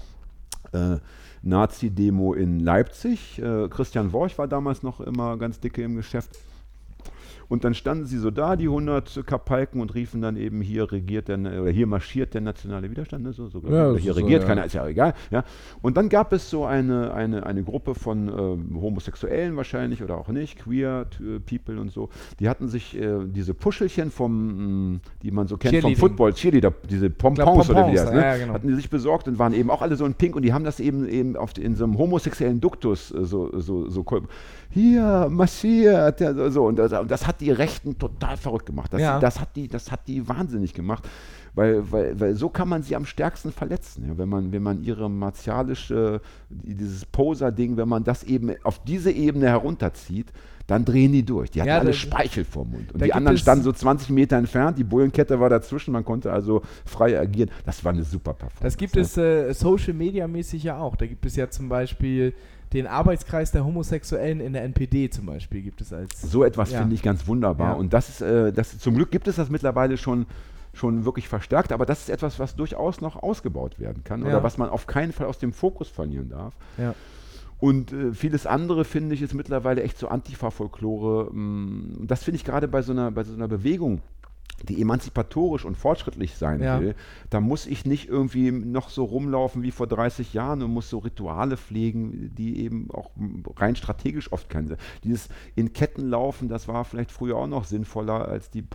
Nazi-Demo in Leipzig. Christian Worch war damals noch immer ganz dicke im Geschäft. Und dann standen sie so da, die 100 Kapalken, und riefen dann eben, hier marschiert der nationale Widerstand, ne? Hier regiert keiner, ist ja egal. Ja? Und dann gab es so eine Gruppe von Homosexuellen wahrscheinlich oder auch nicht, Queer People und so, die hatten sich diese Puschelchen die man so kennt vom Football, Cheerleader, diese Pompons oder wie das, ne? Genau. Hatten die sich besorgt und waren eben auch alle so in Pink, und die haben das eben in so einem homosexuellen Duktus hier marschiert, so, und das hat die Rechten total verrückt gemacht. Das hat die wahnsinnig gemacht, weil so kann man sie am stärksten verletzen, ja, wenn man ihre martialische, dieses Poser-Ding, wenn man das eben auf diese Ebene herunterzieht, dann drehen die durch. Die hatten alle Speichel vorm Mund. Und die anderen standen so 20 Meter entfernt, die Bullenkette war dazwischen, man konnte also frei agieren. Das war eine super Performance. Das gibt es Social-Media-mäßig ja auch. Da gibt es ja zum Beispiel den Arbeitskreis der Homosexuellen in der NPD zum Beispiel gibt es als... So etwas finde ich ganz wunderbar. Ja. Und das zum Glück gibt es das mittlerweile schon wirklich verstärkt, aber das ist etwas, was durchaus noch ausgebaut werden kann oder was man auf keinen Fall aus dem Fokus verlieren darf. Ja. Und vieles andere, finde ich, ist mittlerweile echt so Antifa-Folklore. Das finde ich gerade bei so einer Bewegung, die emanzipatorisch und fortschrittlich sein will, da muss ich nicht irgendwie noch so rumlaufen wie vor 30 Jahren und muss so Rituale pflegen, die eben auch rein strategisch oft kennen. Dieses in Ketten laufen, das war vielleicht früher auch noch sinnvoller, als die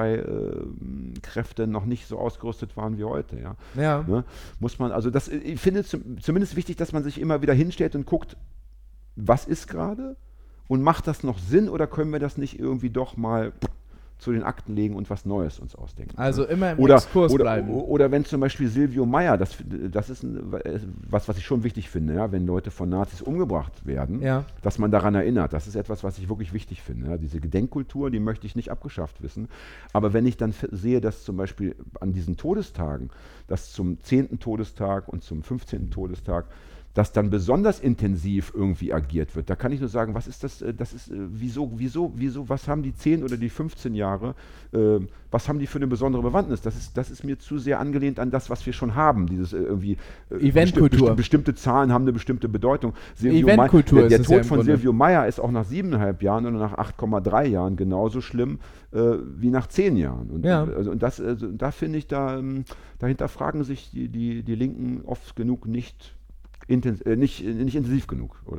Polizeikräfte noch nicht so ausgerüstet waren wie heute. Ja. Ne? Muss man, also ich finde zumindest wichtig, dass man sich immer wieder hinstellt und guckt, was ist gerade und macht das noch Sinn oder können wir das nicht irgendwie doch mal zu den Akten legen und was Neues uns ausdenken. Also immer im Exkurs bleiben. Oder wenn zum Beispiel Silvio Meyer, das ist was ich schon wichtig finde, ja, wenn Leute von Nazis umgebracht werden, dass man daran erinnert. Das ist etwas, was ich wirklich wichtig finde. Ja. Diese Gedenkkultur, die möchte ich nicht abgeschafft wissen. Aber wenn ich dann sehe, dass zum Beispiel an diesen Todestagen, dass zum 10. Todestag und zum 15. Todestag, dass dann besonders intensiv irgendwie agiert wird. Da kann ich nur sagen, was ist das, wieso, was haben die 10 oder die 15 Jahre, was haben die für eine besondere Bewandtnis? Das ist mir zu sehr angelehnt an das, was wir schon haben, dieses irgendwie Eventkultur. Bestimmte Zahlen haben eine bestimmte Bedeutung. Eventkultur der Tod von Silvio Meyer ist auch nach 7,5 Jahren oder nach 8,3 Jahren genauso schlimm wie nach 10 Jahren. Und da finde ich, da hinterfragen sich die Linken oft genug nicht intensiv genug. Oder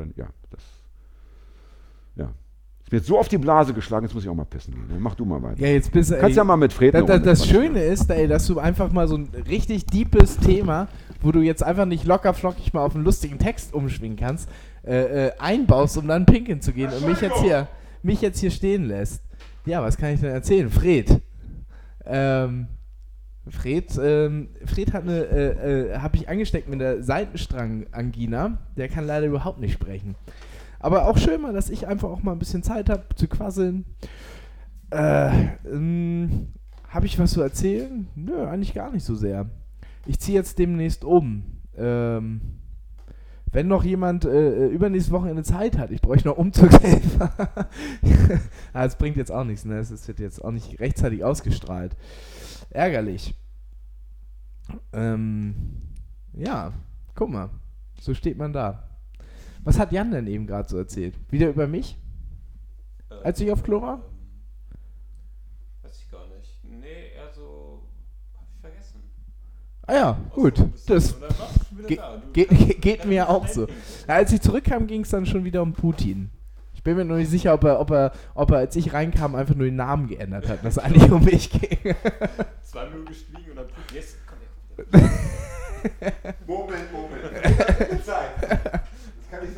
ist mir jetzt so auf die Blase geschlagen, jetzt muss ich auch mal pissen gehen. Mach du mal weiter. Ja, jetzt kannst ja mal mit Fred Das Schöne ist, dass du einfach mal so ein richtig deepes Thema, wo du jetzt einfach nicht locker flockig mal auf einen lustigen Text umschwingen kannst, einbaust, um dann pinkeln zu gehen und mich jetzt hier stehen lässt. Ja, was kann ich denn erzählen? Fred. Fred hat habe ich angesteckt mit der Seitenstrang-Angina. Der kann leider überhaupt nicht sprechen. Aber auch schön mal, dass ich einfach auch mal ein bisschen Zeit habe zu quasseln. Habe ich was zu erzählen? Nö, eigentlich gar nicht so sehr. Ich ziehe jetzt demnächst um. Wenn noch jemand übernächstes Wochenende Zeit hat, ich bräuchte noch Umzugshelfer. Das bringt jetzt auch nichts, ne? Es wird jetzt auch nicht rechtzeitig ausgestrahlt. Ärgerlich. Ja, guck mal. So steht man da. Was hat Jan denn eben gerade so erzählt? Wieder über mich? Als ich auf Klo war? Weiß ich gar nicht. Nee, eher so. Hab ich vergessen. Ah ja, gut. Das geht mir auch so. Ja, als ich zurückkam, ging es dann schon wieder um Putin. Ich bin mir noch nicht sicher, ob er, als ich reinkam, einfach nur den Namen geändert hat, dass es eigentlich um mich ging. 2 Minuten gestiegen und dann yes, komm her. Moment. Zeit. Das kann nicht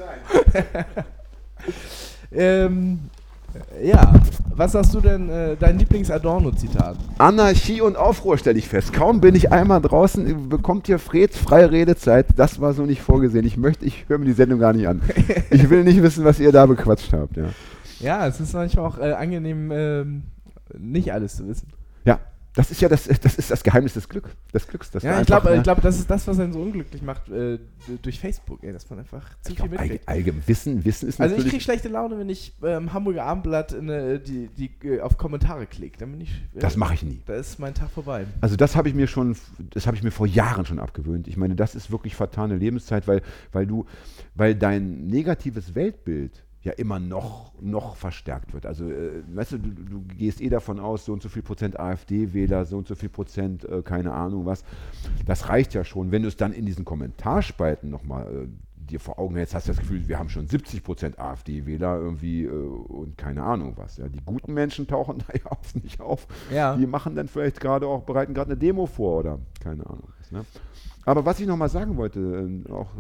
sein. Ja, was hast du denn, dein Lieblings-Adorno-Zitat? Anarchie und Aufruhr, stelle ich fest. Kaum bin ich einmal draußen, bekommt ihr Freds freie Redezeit. Das war so nicht vorgesehen. Ich höre mir die Sendung gar nicht an. Ich will nicht wissen, was ihr da bequatscht habt. Ja, es ist manchmal auch angenehm, nicht alles zu wissen. Ja, das ist ja das ist das Geheimnis des Glücks. Ja, ich glaube, das ist das, was einen so unglücklich macht durch Facebook, dass man einfach zu viel mitkriegt. Wissen ist natürlich... Also ich kriege schlechte Laune, wenn ich Hamburger Abendblatt auf Kommentare klicke. Das mache ich nie. Da ist mein Tag vorbei. Also das habe ich mir vor Jahren schon abgewöhnt. Ich meine, das ist wirklich vertane Lebenszeit, weil dein negatives Weltbild ja immer noch verstärkt wird. Also, weißt du gehst davon aus, so und so viel Prozent AfD-Wähler, so und so viel Prozent, keine Ahnung was. Das reicht ja schon. Wenn du es dann in diesen Kommentarspalten nochmal dir vor Augen hältst, hast du das Gefühl, wir haben schon 70% AfD-Wähler irgendwie und keine Ahnung was. Ja. Die guten Menschen tauchen da ja oft nicht auf. Ja. Die machen dann vielleicht bereiten gerade eine Demo vor oder keine Ahnung was. Ne? Aber was ich nochmal sagen wollte,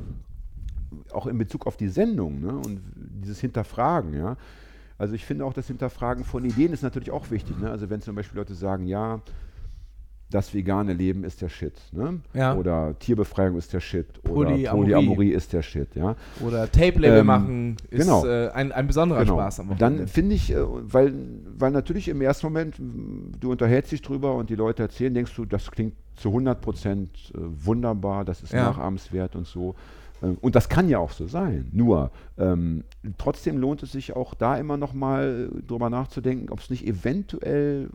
auch in Bezug auf die Sendung, ne, und dieses Hinterfragen, ja. Also ich finde auch, das Hinterfragen von Ideen ist natürlich auch wichtig, ne? Also wenn zum Beispiel Leute sagen, ja, das vegane Leben ist der Shit, ne? Ja. Oder Tierbefreiung ist der Shit. Oder Polyamorie ist der Shit, ja. Oder Tape-Label machen ist genau. Ein besonderer Spaß am Wochenende. Dann finde ich, weil natürlich im ersten Moment, du unterhältst dich drüber und die Leute erzählen, denkst du, das klingt zu 100% wunderbar, das ist nachahmenswert und so. Und das kann ja auch so sein. Nur, trotzdem lohnt es sich auch da immer noch mal drüber nachzudenken, ob es nicht eventuell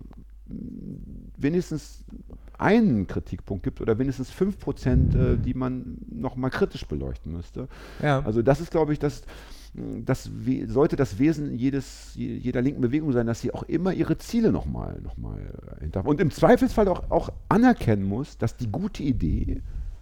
wenigstens einen Kritikpunkt gibt oder wenigstens 5%, die man noch mal kritisch beleuchten müsste. Ja. Also das ist, glaube ich, sollte das Wesen jeder linken Bewegung sein, dass sie auch immer ihre Ziele noch mal hinterfragen. Und im Zweifelsfall auch anerkennen muss, dass die gute Idee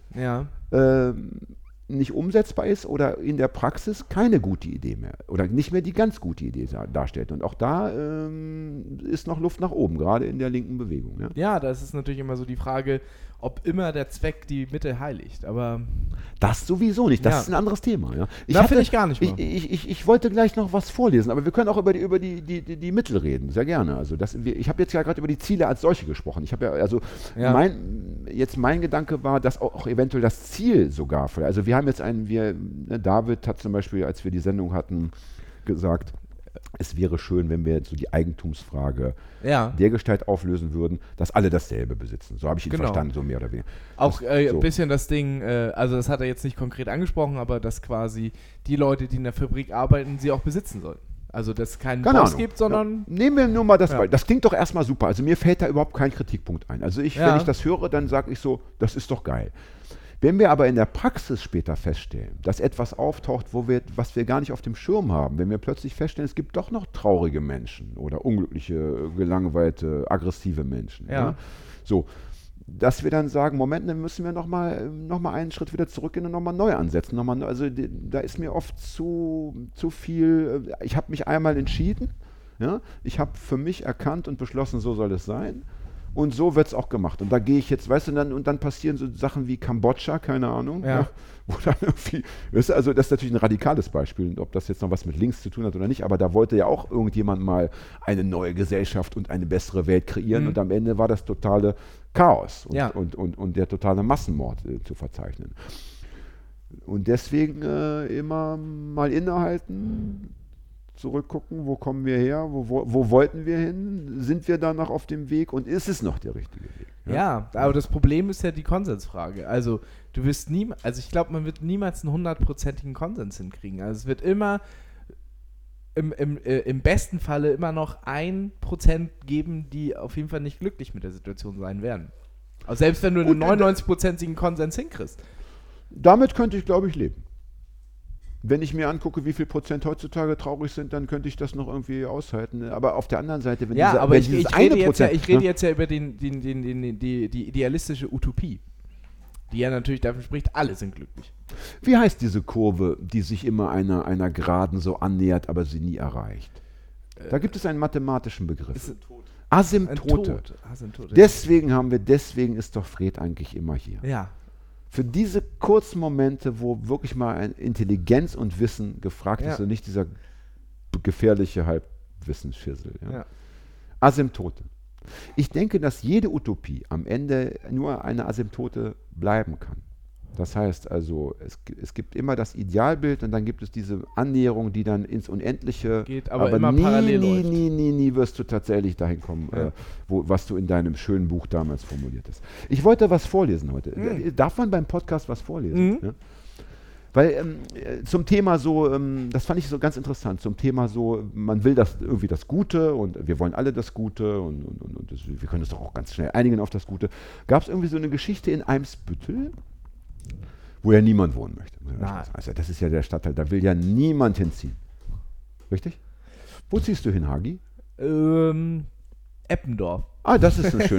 nicht umsetzbar ist oder in der Praxis keine gute Idee mehr oder nicht mehr die ganz gute Idee darstellt. Und auch da ist noch Luft nach oben, gerade in der linken Bewegung. Ja, das ist natürlich immer so die Frage, ob immer der Zweck die Mittel heiligt, aber... Das sowieso nicht, das ist ein anderes Thema. Ja. Da finde ich gar nicht mal. Ich wollte gleich noch was vorlesen, aber wir können auch über die Mittel reden, sehr gerne. Also ich habe jetzt ja gerade über die Ziele als solche gesprochen. Ich habe mein Gedanke war, dass auch eventuell das Ziel sogar, also wir haben jetzt David hat zum Beispiel, als wir die Sendung hatten, gesagt, es wäre schön, wenn wir so die Eigentumsfrage dergestalt auflösen würden, dass alle dasselbe besitzen. So habe ich ihn verstanden, so mehr oder weniger. Auch ein bisschen das Ding, also das hat er jetzt nicht konkret angesprochen, aber dass quasi die Leute, die in der Fabrik arbeiten, sie auch besitzen sollten. Also dass es keinen Boss gibt, sondern... Ja. Nehmen wir nur mal das, weil das klingt doch erstmal super. Also mir fällt da überhaupt kein Kritikpunkt ein. Also wenn ich das höre, dann sage ich so, das ist doch geil. Wenn wir aber in der Praxis später feststellen, dass etwas auftaucht, was wir gar nicht auf dem Schirm haben, wenn wir plötzlich feststellen, es gibt doch noch traurige Menschen oder unglückliche, gelangweilte, aggressive Menschen. Ja. So, dass wir dann sagen, Moment, dann müssen wir noch mal einen Schritt wieder zurückgehen und nochmal neu ansetzen. Also da ist mir oft zu viel, ich habe mich einmal entschieden, ja? Ich habe für mich erkannt und beschlossen, so soll es sein. Und so wird es auch gemacht. Und da gehe ich jetzt, weißt du, und dann passieren so Sachen wie Kambodscha, keine Ahnung. Ja. Wo dann irgendwie, weißt du, also das ist natürlich ein radikales Beispiel, und ob das jetzt noch was mit links zu tun hat oder nicht, aber da wollte ja auch irgendjemand mal eine neue Gesellschaft und eine bessere Welt kreieren, und am Ende war das totale Chaos und der totale Massenmord zu verzeichnen. Und deswegen immer mal innehalten, zurückgucken, wo kommen wir her, wo wollten wir hin, sind wir da noch auf dem Weg und ist es noch der richtige Weg? Ja, aber das Problem ist ja die Konsensfrage. Also ich glaube, man wird niemals einen 100%igen Konsens hinkriegen. Also es wird immer im besten Falle immer noch 1% geben, die auf jeden Fall nicht glücklich mit der Situation sein werden. Also selbst wenn du einen 99%igen Konsens hinkriegst. Damit könnte ich, glaube ich, leben. Wenn ich mir angucke, wie viel Prozent heutzutage traurig sind, dann könnte ich das noch irgendwie aushalten. Aber auf der anderen Seite, wenn ich rede jetzt ja über die idealistische Utopie, die ja natürlich dafür spricht, alle sind glücklich. Wie heißt diese Kurve, die sich immer einer Geraden so annähert, aber sie nie erreicht? Da gibt es einen mathematischen Begriff. Asymptote. Deswegen ist doch Fred eigentlich immer hier. Ja. Für diese kurzen Momente, wo wirklich mal Intelligenz und Wissen gefragt ist und nicht dieser gefährliche Halbwissensschissel. Ja. Asymptote. Ich denke, dass jede Utopie am Ende nur eine Asymptote bleiben kann. Das heißt also, es gibt immer das Idealbild und dann gibt es diese Annäherung, die dann ins Unendliche geht, aber immer parallel läuft. Nie wirst du tatsächlich dahin kommen, was du in deinem schönen Buch damals formuliert hast. Ich wollte was vorlesen heute. Darf man beim Podcast was vorlesen? Ja? Weil zum Thema so, das fand ich so ganz interessant, zum Thema so, man will irgendwie das Gute und wir wollen alle das Gute und wir können uns doch auch ganz schnell einigen auf das Gute. Gab es irgendwie so eine Geschichte in Eimsbüttel, wo ja niemand wohnen möchte. Also das ist ja der Stadtteil, da will ja niemand hinziehen. Richtig? Wo ziehst du hin, Hagi? Eppendorf. Das ist eine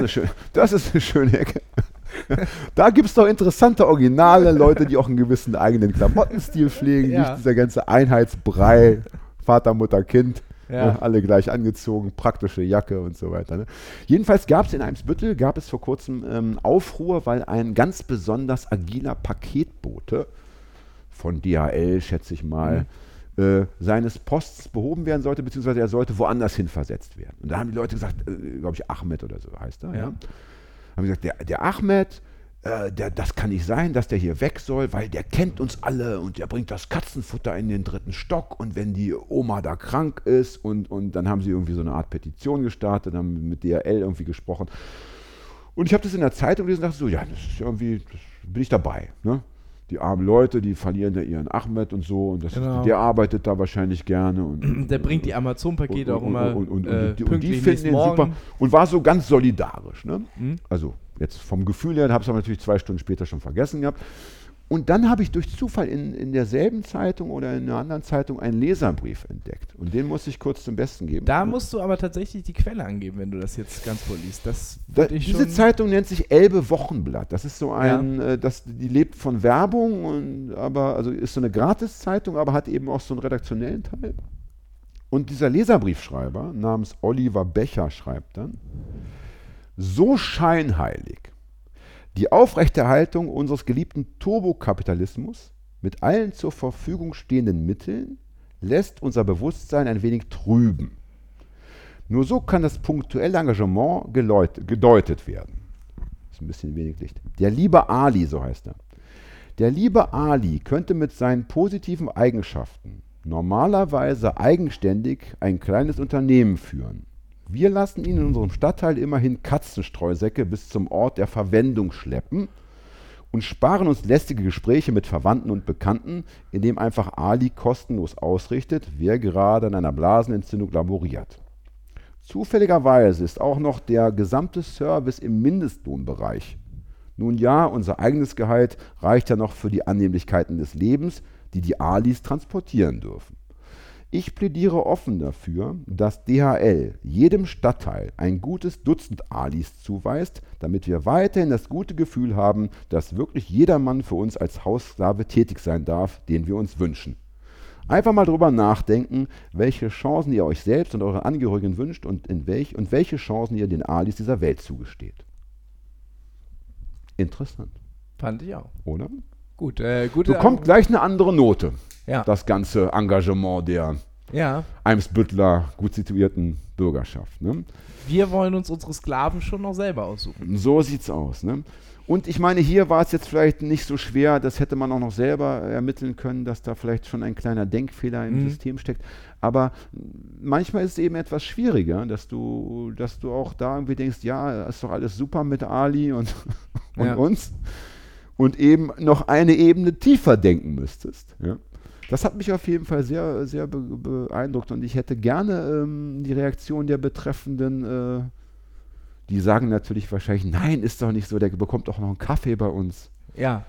schöne Ecke. Da gibt es doch interessante originale Leute, die auch einen gewissen eigenen Klamottenstil pflegen, nicht dieser ganze Einheitsbrei, Vater, Mutter, Kind. Ja. Alle gleich angezogen, praktische Jacke und so weiter. Ne? Jedenfalls gab es in Eimsbüttel, vor kurzem Aufruhr, weil ein ganz besonders agiler Paketbote von DHL, schätze ich mal, seines Posts behoben werden sollte, beziehungsweise er sollte woanders hin versetzt werden. Und da haben die Leute gesagt, glaube ich, Ahmed oder so heißt er. Ja. Haben gesagt, der Ahmed, das kann nicht sein, dass der hier weg soll, weil der kennt uns alle und der bringt das Katzenfutter in den 3. Stock und wenn die Oma da krank ist und dann haben sie irgendwie so eine Art Petition gestartet, haben mit DHL irgendwie gesprochen. Und ich habe das in der Zeitung gelesen und dachte so, ja, das ist irgendwie, bin ich dabei. Ne? Die armen Leute, die verlieren ja ihren Ahmed und so und der arbeitet da wahrscheinlich gerne. Und der bringt die Amazon-Pakete auch immer und die finden ihn super und war so ganz solidarisch. Ne? Also jetzt vom Gefühl her, habe ich es aber natürlich 2 Stunden später schon vergessen gehabt. Und dann habe ich durch Zufall in derselben Zeitung oder in einer anderen Zeitung einen Leserbrief entdeckt. Und den muss ich kurz zum Besten geben. Da musst du aber tatsächlich die Quelle angeben, wenn du das jetzt ganz vorliest. Diese Zeitung nennt sich Elbe Wochenblatt. Das ist so die lebt von Werbung, also ist so eine Gratiszeitung, aber hat eben auch so einen redaktionellen Teil. Und dieser Leserbriefschreiber namens Oliver Becher schreibt dann: So scheinheilig die Aufrechterhaltung unseres geliebten Turbokapitalismus mit allen zur Verfügung stehenden Mitteln lässt unser Bewusstsein ein wenig trüben. Nur so kann das punktuelle Engagement gedeutet werden. Das ist ein bisschen wenig Licht. Der liebe Ali, so heißt er. Der liebe Ali könnte mit seinen positiven Eigenschaften normalerweise eigenständig ein kleines Unternehmen führen. Wir lassen ihn in unserem Stadtteil immerhin Katzenstreusäcke bis zum Ort der Verwendung schleppen und sparen uns lästige Gespräche mit Verwandten und Bekannten, indem einfach Ali kostenlos ausrichtet, wer gerade an einer Blasenentzündung laboriert. Zufälligerweise ist auch noch der gesamte Service im Mindestlohnbereich. Nun ja, unser eigenes Gehalt reicht ja noch für die Annehmlichkeiten des Lebens, die Alis transportieren dürfen. Ich plädiere offen dafür, dass DHL jedem Stadtteil ein gutes Dutzend Alis zuweist, damit wir weiterhin das gute Gefühl haben, dass wirklich jedermann für uns als Haussklave tätig sein darf, den wir uns wünschen. Einfach mal drüber nachdenken, welche Chancen ihr euch selbst und euren Angehörigen wünscht und welche Chancen ihr den Alis dieser Welt zugesteht. Interessant, Fand ich auch. oder? Gut, Bekommt gleich eine andere Note, Ja. das ganze Engagement der Ja. Eimsbütteler gut situierten Bürgerschaft. Ne? Wir wollen uns unsere Sklaven schon noch selber aussuchen. So sieht's aus. Ne? Und ich meine, hier war es jetzt vielleicht nicht so schwer, das hätte man auch noch selber ermitteln können, dass da vielleicht schon ein kleiner Denkfehler im System steckt. Aber manchmal ist es eben etwas schwieriger, dass du auch da irgendwie denkst, ja, ist doch alles super mit Ali und Ja. uns. Und eben noch eine Ebene tiefer denken müsstest. Ja? Das hat mich auf jeden Fall sehr, sehr beeindruckt und ich hätte gerne die Reaktion der Betreffenden, die sagen natürlich wahrscheinlich, nein, ist doch nicht so, der bekommt doch noch einen Kaffee bei uns Ja.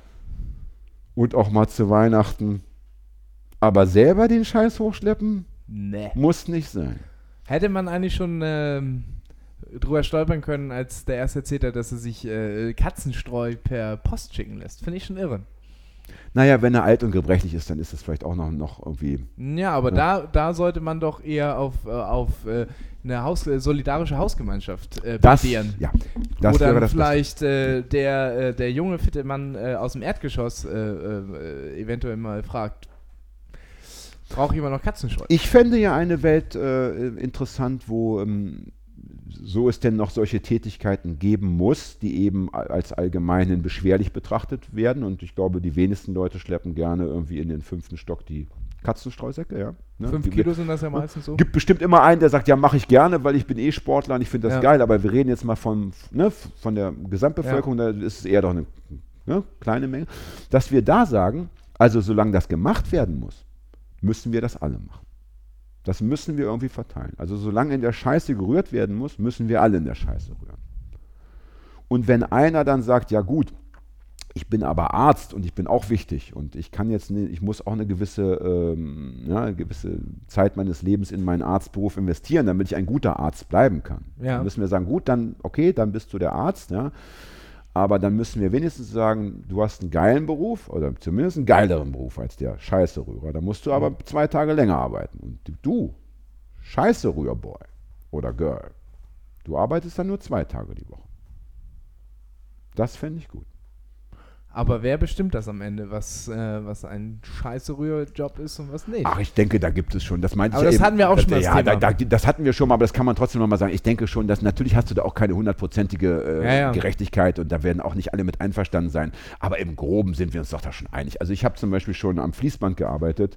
und auch mal zu Weihnachten. Aber selber den Scheiß hochschleppen, Nee. muss nicht sein. Hätte man eigentlich schon drüber stolpern können, als der erste erzählt hat, dass er sich Katzenstreu per Post schicken lässt. Finde ich schon irre. Naja, wenn er alt und gebrechlich ist, dann ist das vielleicht auch noch irgendwie. Ja, aber da sollte man doch eher auf eine solidarische Hausgemeinschaft basieren. Ja, das Wo dann wäre das vielleicht der junge, fitte Mann aus dem Erdgeschoss eventuell mal fragt, braucht jemand noch Katzenstreu? Ich fände ja eine Welt interessant, wo so es denn noch solche Tätigkeiten geben muss, die eben als allgemein beschwerlich betrachtet werden. Und ich glaube, die wenigsten Leute schleppen gerne irgendwie in den 5. Stock die Katzenstreusäcke. Ja, ne? 5 Kilo sind das ja meistens so. Gibt bestimmt immer einen, der sagt, ja, mache ich gerne, weil ich bin Sportler und ich finde das geil. Aber wir reden jetzt mal von der Gesamtbevölkerung, da ist es eher doch eine kleine Menge. Dass wir da sagen, also solange das gemacht werden muss, müssen wir das alle machen. Das müssen wir irgendwie verteilen. Also solange in der Scheiße gerührt werden muss, müssen wir alle in der Scheiße rühren. Und wenn einer dann sagt, ja gut, ich bin aber Arzt und ich bin auch wichtig und ich muss auch eine gewisse Zeit meines Lebens in meinen Arztberuf investieren, damit ich ein guter Arzt bleiben kann. Ja. Dann müssen wir sagen, gut, dann bist du der Arzt, ja. Aber dann müssen wir wenigstens sagen, du hast einen geilen Beruf oder zumindest einen geileren Beruf als der Scheiße-Rührer. Da musst du aber 2 Tage länger arbeiten. Und du, Scheiße-Rührboy oder Girl, du arbeitest dann nur 2 Tage die Woche. Das fände ich gut. Aber wer bestimmt das am Ende, was ein Scheiße-Rührjob ist und was nicht? Ach, ich denke, da gibt es schon, das meinte Aber ich das hatten wir auch schon das Thema. Das hatten wir schon mal, aber das kann man trotzdem nochmal sagen. Ich denke schon, dass natürlich hast du da auch keine 100%ige Gerechtigkeit und da werden auch nicht alle mit einverstanden sein. Aber im Groben sind wir uns doch da schon einig. Also ich habe zum Beispiel schon am Fließband gearbeitet.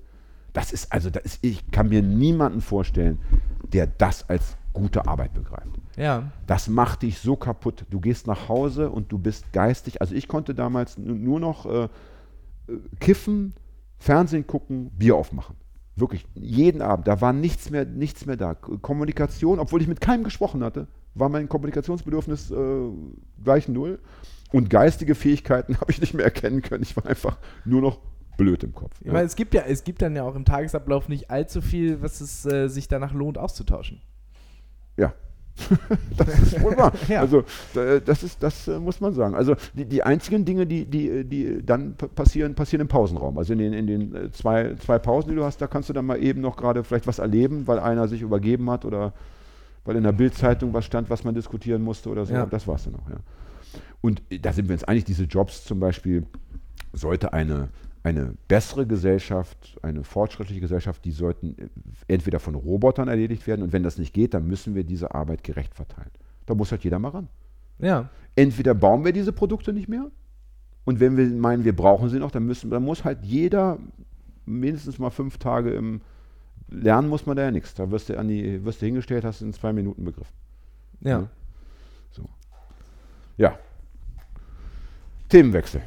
Ich kann mir niemanden vorstellen, der das als gute Arbeit begreift. Ja. Das macht dich so kaputt. Du gehst nach Hause und du bist geistig. Also ich konnte damals nur noch kiffen, Fernsehen gucken, Bier aufmachen. Wirklich, jeden Abend. Da war nichts mehr da. Kommunikation, obwohl ich mit keinem gesprochen hatte, war mein Kommunikationsbedürfnis gleich 0. Und geistige Fähigkeiten habe ich nicht mehr erkennen können. Ich war einfach nur noch blöd im Kopf. Ich meine, es gibt dann ja auch im Tagesablauf nicht allzu viel, was es sich danach lohnt auszutauschen. Ja. Das ist wohl wahr. Ja. Also das muss man sagen. Also die einzigen Dinge, die dann passieren im Pausenraum. Also in den zwei Pausen, die du hast, da kannst du dann mal eben noch gerade vielleicht was erleben, weil einer sich übergeben hat oder weil in der Bild-Zeitung was stand, was man diskutieren musste oder so. Ja. Das war's dann noch. Ja. Und da sind wir uns einig, diese Jobs zum Beispiel sollte eine bessere Gesellschaft, eine fortschrittliche Gesellschaft, die sollten entweder von Robotern erledigt werden und wenn das nicht geht, dann müssen wir diese Arbeit gerecht verteilen. Da muss halt jeder mal ran. Ja. Entweder bauen wir diese Produkte nicht mehr und wenn wir meinen, wir brauchen sie noch, dann muss halt jeder mindestens mal 5 Tage lernen muss man da ja nichts. Da wirst du hingestellt, hast du in 2 Minuten begriffen. Ja. So. Ja. Themenwechsel.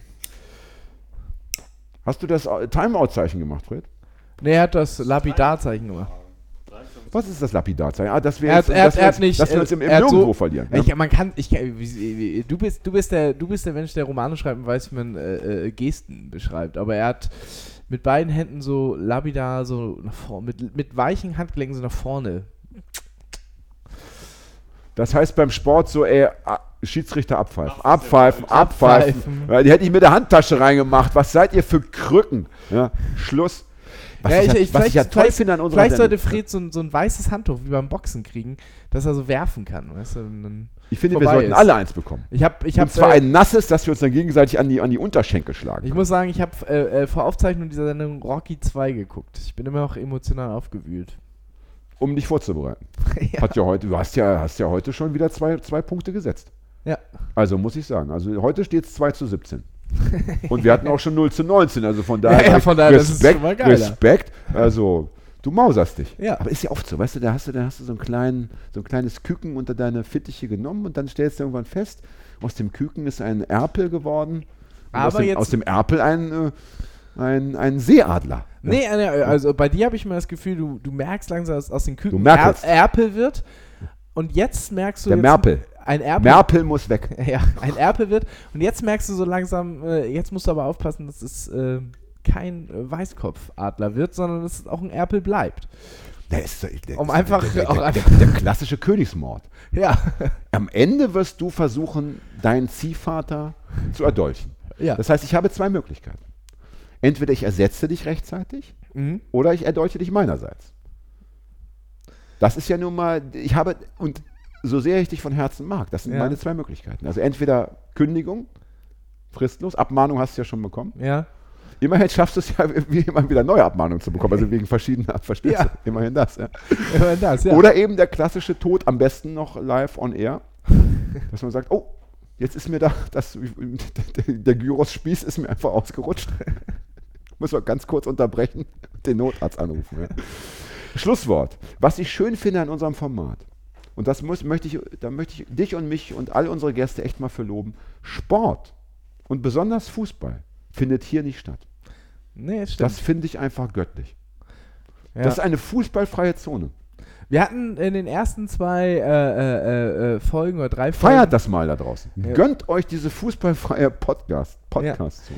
Hast du das Timeout-Zeichen gemacht, Fred? Nee, er hat das Lapidar-Zeichen gemacht. Was ist das Lapidarzeichen? Dass wir dass wir uns im Nirgendwo verlieren. Ne? Du bist der Mensch, der Romane schreibt und weiß, wie man Gesten beschreibt. Aber er hat mit beiden Händen so lapidar so nach vorne, mit weichen Handgelenken so nach vorne. Das heißt beim Sport so, Schiedsrichter abpfeifen. Ja, die hätte ich mit der Handtasche reingemacht. Was seid ihr für Krücken? Ja, Schluss. Was ich ja toll finde an unserer Vielleicht sollte Sendung. Fred so ein weißes Handtuch wie beim Boxen kriegen, dass er so werfen kann. Weißt du, und dann Ich finde, wir vorbei sollten ist. alle eins bekommen. Ich hab Und zwar ein nasses, dass wir uns dann gegenseitig an die Unterschenkel schlagen. Ich muss sagen, ich habe vor Aufzeichnung dieser Sendung Rocky 2 geguckt. Ich bin immer noch emotional aufgewühlt. Um dich vorzubereiten. Ja. Du hast ja heute schon wieder zwei Punkte gesetzt. Ja. Also muss ich sagen. Also heute steht es 2:17. Und wir hatten auch schon 0:19. Also von daher, Ja, von daher, das ist schon mal geiler. Respekt. Also du mauserst dich. Ja. Aber ist ja oft so, weißt du, da hast du so ein kleines Küken unter deine Fittiche genommen und dann stellst du irgendwann fest, aus dem Küken ist ein Erpel geworden. Und Aber aus dem Erpel ein Seeadler. Nee, also bei dir habe ich immer das Gefühl, du merkst langsam, dass aus den Küken Du merkst. Erpel wird. Und jetzt merkst du. Der Merpel. Ein Erpel. Merpel muss weg. Ja, ein Erpel wird. Und jetzt merkst du so langsam, jetzt musst du aber aufpassen, dass es kein Weißkopfadler wird, sondern dass es auch ein Erpel bleibt. Der klassische Königsmord. Ja. Am Ende wirst du versuchen, deinen Ziehvater zu erdolchen. Ja. Das heißt, ich habe zwei Möglichkeiten. Entweder ich ersetze dich rechtzeitig oder ich erdolche dich meinerseits. Das ist ja nun mal, und so sehr ich dich von Herzen mag, das sind meine zwei Möglichkeiten. Also entweder Kündigung, fristlos, Abmahnung hast du ja schon bekommen. Ja. Immerhin schaffst du es ja, immer wieder neue Abmahnungen zu bekommen, also wegen verschiedener Verstöße. Ja. Immerhin das, ja. Immerhin das, ja. Oder eben der klassische Tod, am besten noch live on air, dass man sagt, oh, jetzt ist mir der Gyros-Spieß ist mir einfach ausgerutscht. Muss man ganz kurz unterbrechen und den Notarzt anrufen. Ja. Schlusswort. Was ich schön finde an unserem Format, und da möchte ich dich und mich und all unsere Gäste echt mal für loben, Sport und besonders Fußball findet hier nicht statt. Nee, stimmt. Das finde ich einfach göttlich. Ja. Das ist eine fußballfreie Zone. Wir hatten in den ersten 2 Folgen oder 3 Folgen. Feiert das mal da draußen. Ja. Gönnt euch diese fußballfreie Podcast-Zone.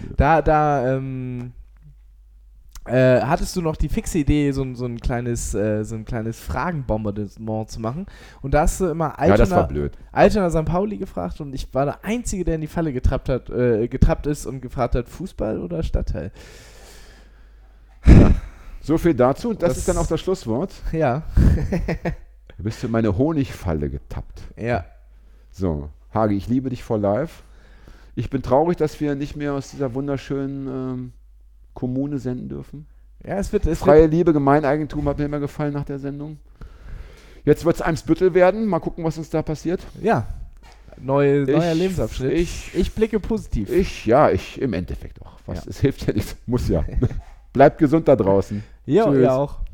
Hattest du noch die fixe Idee, so ein kleines Fragenbombardement zu machen. Und da hast du immer das war blöd. Altona St. Pauli gefragt und ich war der Einzige, der in die Falle getrappt ist und gefragt hat, Fußball oder Stadtteil? So viel dazu. Und das ist dann auch das Schlusswort. Ja. Du bist in meine Honigfalle getappt. Ja. So, Hagi, ich liebe dich for life. Ich bin traurig, dass wir nicht mehr aus dieser wunderschönen Kommune senden dürfen. Ja, Freie Liebe, Gemeineigentum hat mir immer gefallen nach der Sendung. Jetzt wird es Eimsbüttel werden. Mal gucken, was uns da passiert. Ja. Neuer Lebensabschnitt. Ich blicke positiv. Im Endeffekt auch. Es hilft ja nichts. Muss ja. Bleibt gesund da draußen. Ja, Tschüss. ihr auch.